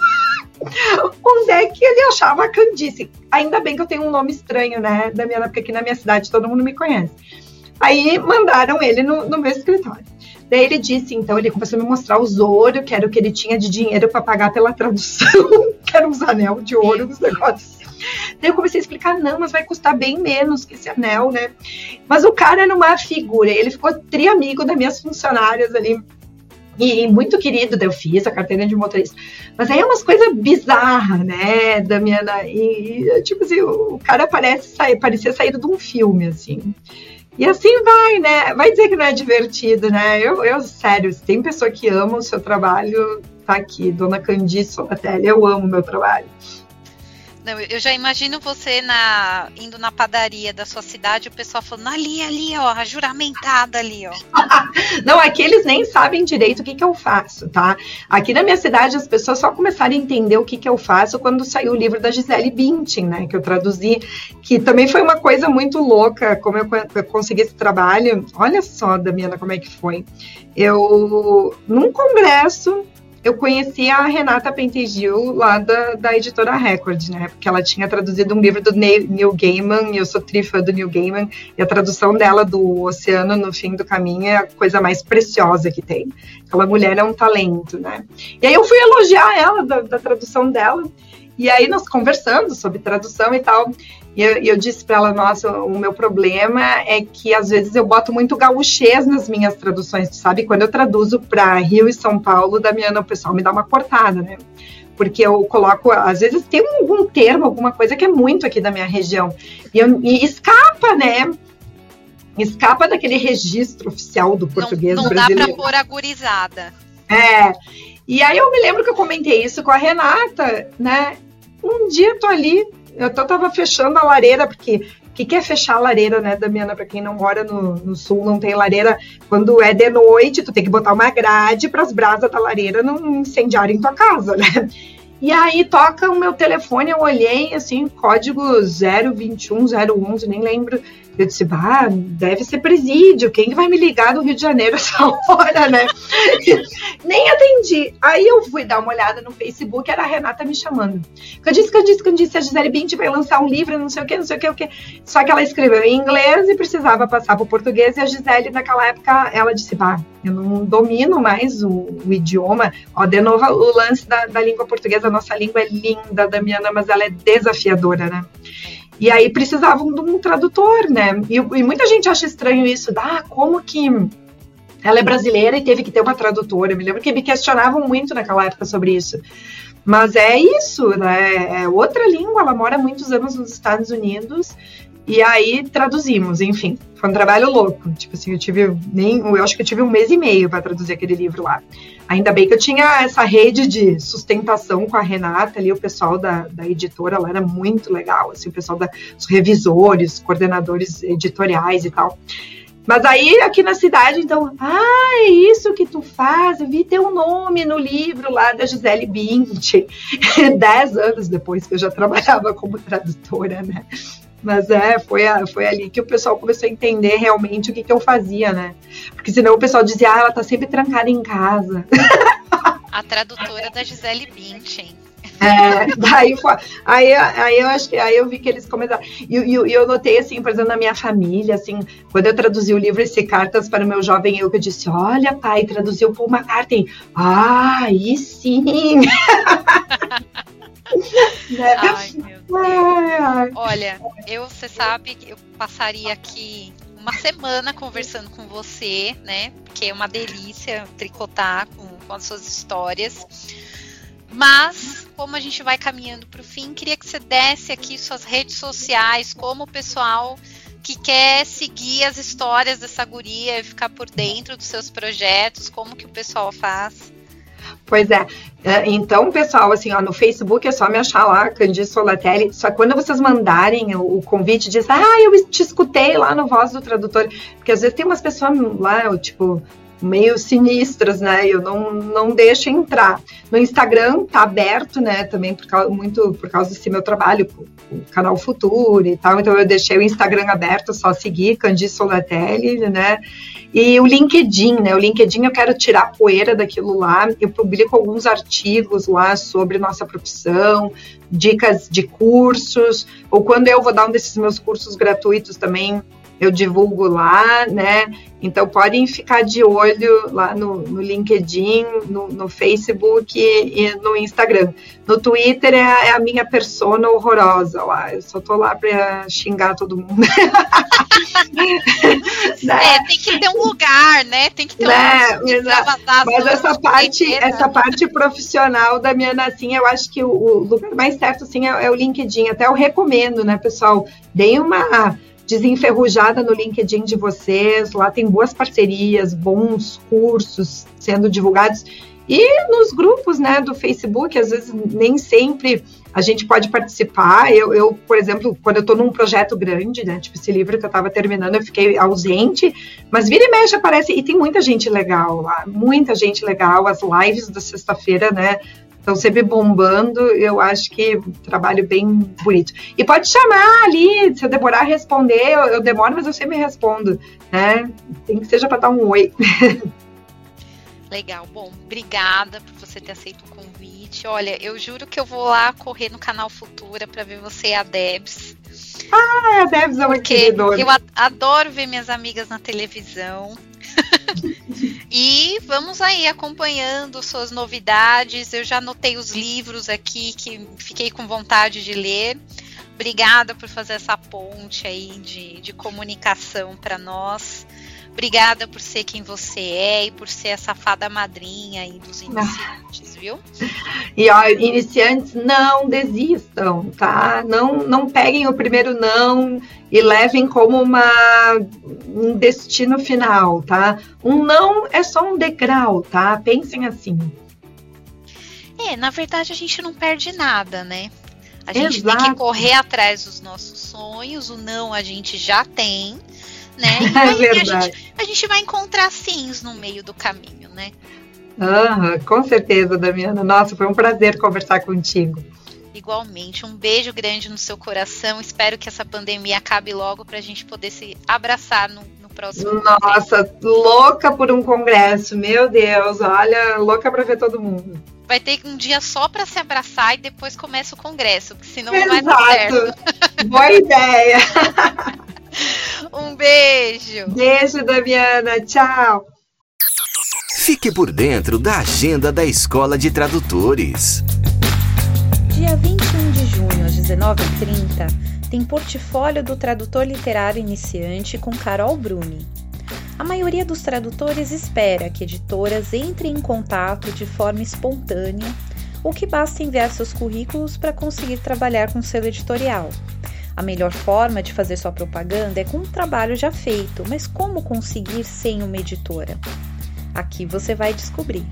rua onde é que ele achava a Candice. Ainda bem que eu tenho um nome estranho, né, Damiana, porque aqui na minha cidade todo mundo me conhece. Aí mandaram ele no meu escritório. Daí ele disse, então, ele começou a me mostrar os ouro, que era o que ele tinha de dinheiro para pagar pela tradução, que eram os anel de ouro dos negócios. Daí eu comecei a explicar, não, mas vai custar bem menos que esse anel, né? Mas o cara era uma figura, ele ficou tri-amigo das minhas funcionárias ali, e muito querido, daí eu fiz a carteira de motorista. Mas aí é umas coisas bizarras, né, Damiana? E tipo assim, o cara parecia saído de um filme, assim. E assim vai, né? Vai dizer que não é divertido, né? Eu sério, se tem pessoa que ama o seu trabalho, tá aqui, Dona Candice Solatelli, eu amo o meu trabalho. Não, eu já imagino você indo na padaria da sua cidade, o pessoal falando, ali, ó, a juramentada ali, ó. Não, aqui eles nem sabem direito o que eu faço, tá? Aqui na minha cidade as pessoas só começaram a entender o que eu faço quando saiu o livro da Gisele Bündchen, né, que eu traduzi, que também foi uma coisa muito louca, como eu consegui esse trabalho. Olha só, Damiana, como é que foi. Num congresso, eu conheci a Renata Pentegil lá da editora Record, né? Porque ela tinha traduzido um livro do Neil Gaiman, e eu sou trifã do Neil Gaiman, e a tradução dela do Oceano no Fim do Caminho é a coisa mais preciosa que tem. Aquela mulher é um talento, né? E aí eu fui elogiar ela da tradução dela, e aí nós conversando sobre tradução e tal, e eu disse para ela, nossa, o meu problema é que às vezes eu boto muito gauchês nas minhas traduções, sabe? Quando eu traduzo para Rio e São Paulo, Damiana, o pessoal me dá uma cortada, né? Porque eu coloco, às vezes tem algum termo, alguma coisa que é muito aqui da minha região, e escapa, né? Escapa daquele registro oficial do português brasileiro. Não dá para pôr a gurizada. E aí eu me lembro que eu comentei isso com a Renata, né? Um dia eu tô ali, eu tava fechando a lareira, porque o que é fechar a lareira, né, Damiana? Para quem não mora no sul, não tem lareira. Quando é de noite, tu tem que botar uma grade para as brasas da lareira não incendiarem tua casa, né? E aí toca o meu telefone, eu olhei, assim, código 021, 011, nem lembro. Eu disse, deve ser presídio, quem vai me ligar do Rio de Janeiro essa hora, né? Nem atendi. Aí eu fui dar uma olhada no Facebook, era a Renata me chamando. Candice, a Gisele Bündchen vai lançar um livro, não sei o quê. Só que ela escreveu em inglês e precisava passar para o português, e a Gisele, naquela época, ela disse, eu não domino mais o idioma. Ó, de novo, o lance da língua portuguesa, a nossa língua é linda, Damiana, mas ela é desafiadora, né? E aí precisavam de um tradutor, né? E muita gente acha estranho isso, como que ela é brasileira e teve que ter uma tradutora. Eu me lembro que me questionavam muito naquela época sobre isso. Mas é isso, né? É outra língua, ela mora há muitos anos nos Estados Unidos. E aí traduzimos, enfim, foi um trabalho louco. Tipo assim, eu acho que eu tive 1 mês e meio para traduzir aquele livro lá. Ainda bem que eu tinha essa rede de sustentação com a Renata ali, o pessoal da editora, ela era muito legal, assim, o pessoal dos revisores, coordenadores editoriais e tal. Mas aí, aqui na cidade, então, é isso que tu faz, eu vi teu nome no livro lá da Gisele Bündchen, 10 anos depois que eu já trabalhava como tradutora, né? Mas foi ali que o pessoal começou a entender realmente o que eu fazia, né? Porque senão o pessoal dizia, ela tá sempre trancada em casa. A tradutora da Gisele Bündchen. Aí eu vi que eles começaram. E eu notei, assim, por exemplo, na minha família, assim, quando eu traduzi o livro Esse Cartas para o Meu Jovem Eu, que eu disse, olha, pai, traduziu Paul McCartney. Aí sim! Ai, meu Deus. Olha, você sabe que eu passaria aqui uma semana conversando com você, né? Porque é uma delícia tricotar com as suas histórias. Mas, como a gente vai caminhando para o fim, queria que você desse aqui suas redes sociais, como o pessoal que quer seguir as histórias dessa guria e ficar por dentro dos seus projetos, como que o pessoal faz? Pois é. Então, pessoal, assim, no Facebook é só me achar lá, Candice Solatelli. Só que quando vocês mandarem o convite, diz, eu te escutei lá no Voz do Tradutor. Porque às vezes tem umas pessoas lá, tipo, meio sinistras, né? Eu não deixo entrar. No Instagram tá aberto, né? Também muito por causa desse meu trabalho, o canal Futuro e tal. Então eu deixei o Instagram aberto, só seguir Candice Solatelli, né? E o LinkedIn, né? O LinkedIn eu quero tirar a poeira daquilo lá. Eu publico alguns artigos lá sobre nossa profissão, dicas de cursos, ou quando eu vou dar um desses meus cursos gratuitos também, eu divulgo lá, né? Então, podem ficar de olho lá no LinkedIn, no Facebook e no Instagram. No Twitter é a minha persona horrorosa lá. Eu só tô lá para xingar todo mundo. Tem que ter um lugar, né? Tem que ter mas essa parte profissional da minha Nassim, eu acho que o lugar mais certo, assim, é o LinkedIn. Até eu recomendo, né, pessoal? Deem uma desenferrujada no LinkedIn de vocês, lá tem boas parcerias, bons cursos sendo divulgados, e nos grupos, né, do Facebook, às vezes nem sempre a gente pode participar. Eu, por exemplo, quando eu estou num projeto grande, né, tipo esse livro que eu estava terminando, eu fiquei ausente, mas vira e mexe aparece, e tem muita gente legal lá, muita gente legal, as lives da sexta-feira, né, estão sempre bombando. Eu acho que trabalho bem bonito. E pode chamar ali, se eu demorar a responder, eu demoro, mas eu sempre respondo, né? Tem que seja para dar um oi. Legal, bom, obrigada por você ter aceito o convite. Olha, eu juro que eu vou lá correr no canal Futura para ver você e a Debs. A Debs é uma queridona. Eu adoro ver minhas amigas na televisão. E vamos aí acompanhando suas novidades. Eu já anotei os livros aqui que fiquei com vontade de ler. Obrigada por fazer essa ponte aí de comunicação para nós. Obrigada por ser quem você é e por ser essa fada madrinha aí dos iniciantes, viu? E iniciantes, não desistam, tá? Não peguem o primeiro não e levem como um destino final, tá? Um não é só um degrau, tá? Pensem assim. Na verdade a gente não perde nada, né? A gente tem que correr atrás dos nossos sonhos, o não a gente já tem, né? E aí a gente vai encontrar sims no meio do caminho, né? Com certeza, Damiana. Nossa, foi um prazer conversar contigo. Igualmente, um beijo grande no seu coração. Espero que essa pandemia acabe logo para a gente poder se abraçar no próximo. Nossa, louca por um congresso, meu Deus, olha, louca para ver todo mundo. Vai ter um dia só para se abraçar e depois começa o congresso, porque senão não vai dar certo. Boa ideia. Um beijo. Beijo, Damiana. Tchau. Fique por dentro da agenda da Escola de Tradutores. Dia 21 de junho, às 19h30, tem Portfólio do Tradutor Literário Iniciante com Carol Bruni. A maioria dos tradutores espera que editoras entrem em contato de forma espontânea ou que basta enviar seus currículos para conseguir trabalhar com selo editorial. A melhor forma de fazer sua propaganda é com um trabalho já feito, mas como conseguir sem uma editora? Aqui você vai descobrir.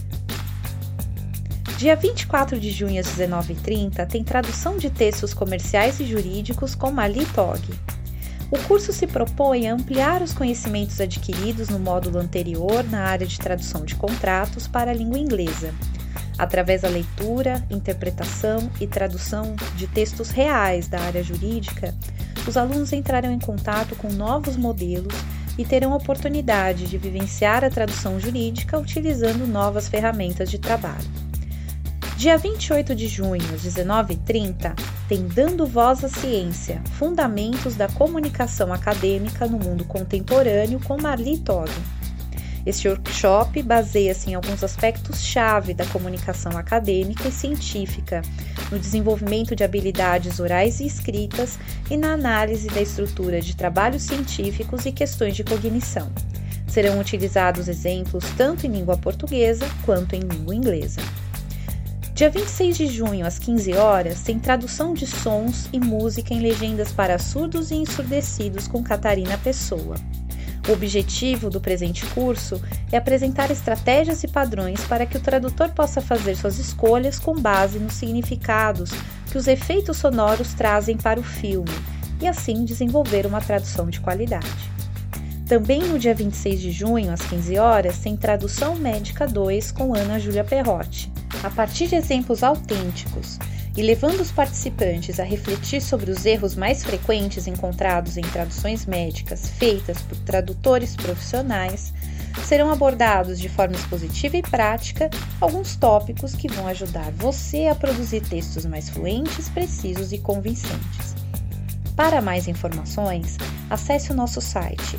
Dia 24 de junho às 19h30 tem tradução de textos comerciais e jurídicos com Marli Tog. O curso se propõe a ampliar os conhecimentos adquiridos no módulo anterior na área de tradução de contratos para a língua inglesa, através da leitura, interpretação e tradução de textos reais da área jurídica. Os alunos entrarão em contato com novos modelos e terão a oportunidade de vivenciar a tradução jurídica utilizando novas ferramentas de trabalho. Dia 28 de junho, às 19h30, tem Dando Voz à Ciência, Fundamentos da Comunicação Acadêmica no Mundo Contemporâneo, com Marli Tog. Este workshop baseia-se em alguns aspectos-chave da comunicação acadêmica e científica, no desenvolvimento de habilidades orais e escritas e na análise da estrutura de trabalhos científicos e questões de cognição. Serão utilizados exemplos tanto em língua portuguesa quanto em língua inglesa. Dia 26 de junho, às 15 horas, tem tradução de sons e música em legendas para surdos e ensurdecidos com Catarina Pessoa. O objetivo do presente curso é apresentar estratégias e padrões para que o tradutor possa fazer suas escolhas com base nos significados que os efeitos sonoros trazem para o filme e assim desenvolver uma tradução de qualidade. Também no dia 26 de junho, às 15 horas, tem Tradução Médica 2 com Ana Júlia Perrotti. A partir de exemplos autênticos e levando os participantes a refletir sobre os erros mais frequentes encontrados em traduções médicas feitas por tradutores profissionais, serão abordados de forma expositiva e prática alguns tópicos que vão ajudar você a produzir textos mais fluentes, precisos e convincentes. Para mais informações, acesse o nosso site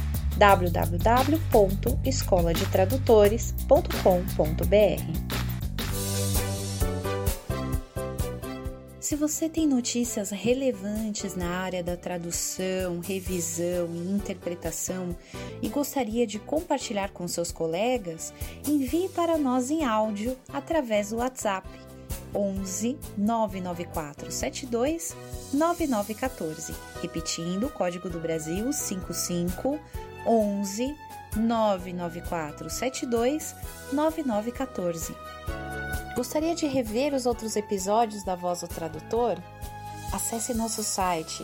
www.escoladetradutores.com.br. Se você tem notícias relevantes na área da tradução, revisão e interpretação e gostaria de compartilhar com seus colegas, envie para nós em áudio através do WhatsApp 11 994 72 9914. Repetindo, código do Brasil 55 11 994 72 9914. Gostaria de rever os outros episódios da Voz do Tradutor? Acesse nosso site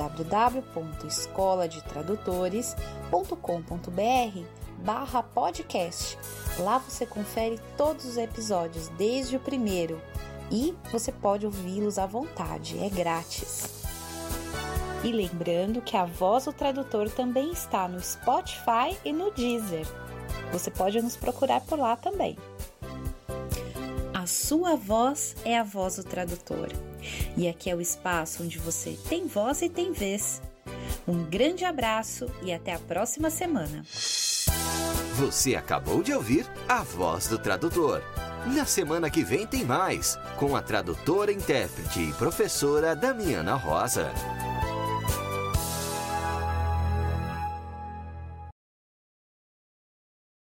www.escoladetradutores.com.br/podcast. Lá você confere todos os episódios desde o primeiro e você pode ouvi-los à vontade, é grátis. E lembrando que a Voz do Tradutor também está no Spotify e no Deezer. Você pode nos procurar por lá também. A sua voz é a voz do tradutor. E aqui é o espaço onde você tem voz e tem vez. Um grande abraço e até a próxima semana. Você acabou de ouvir A Voz do Tradutor. Na semana que vem tem mais, com a tradutora, intérprete e professora Damiana Rosa.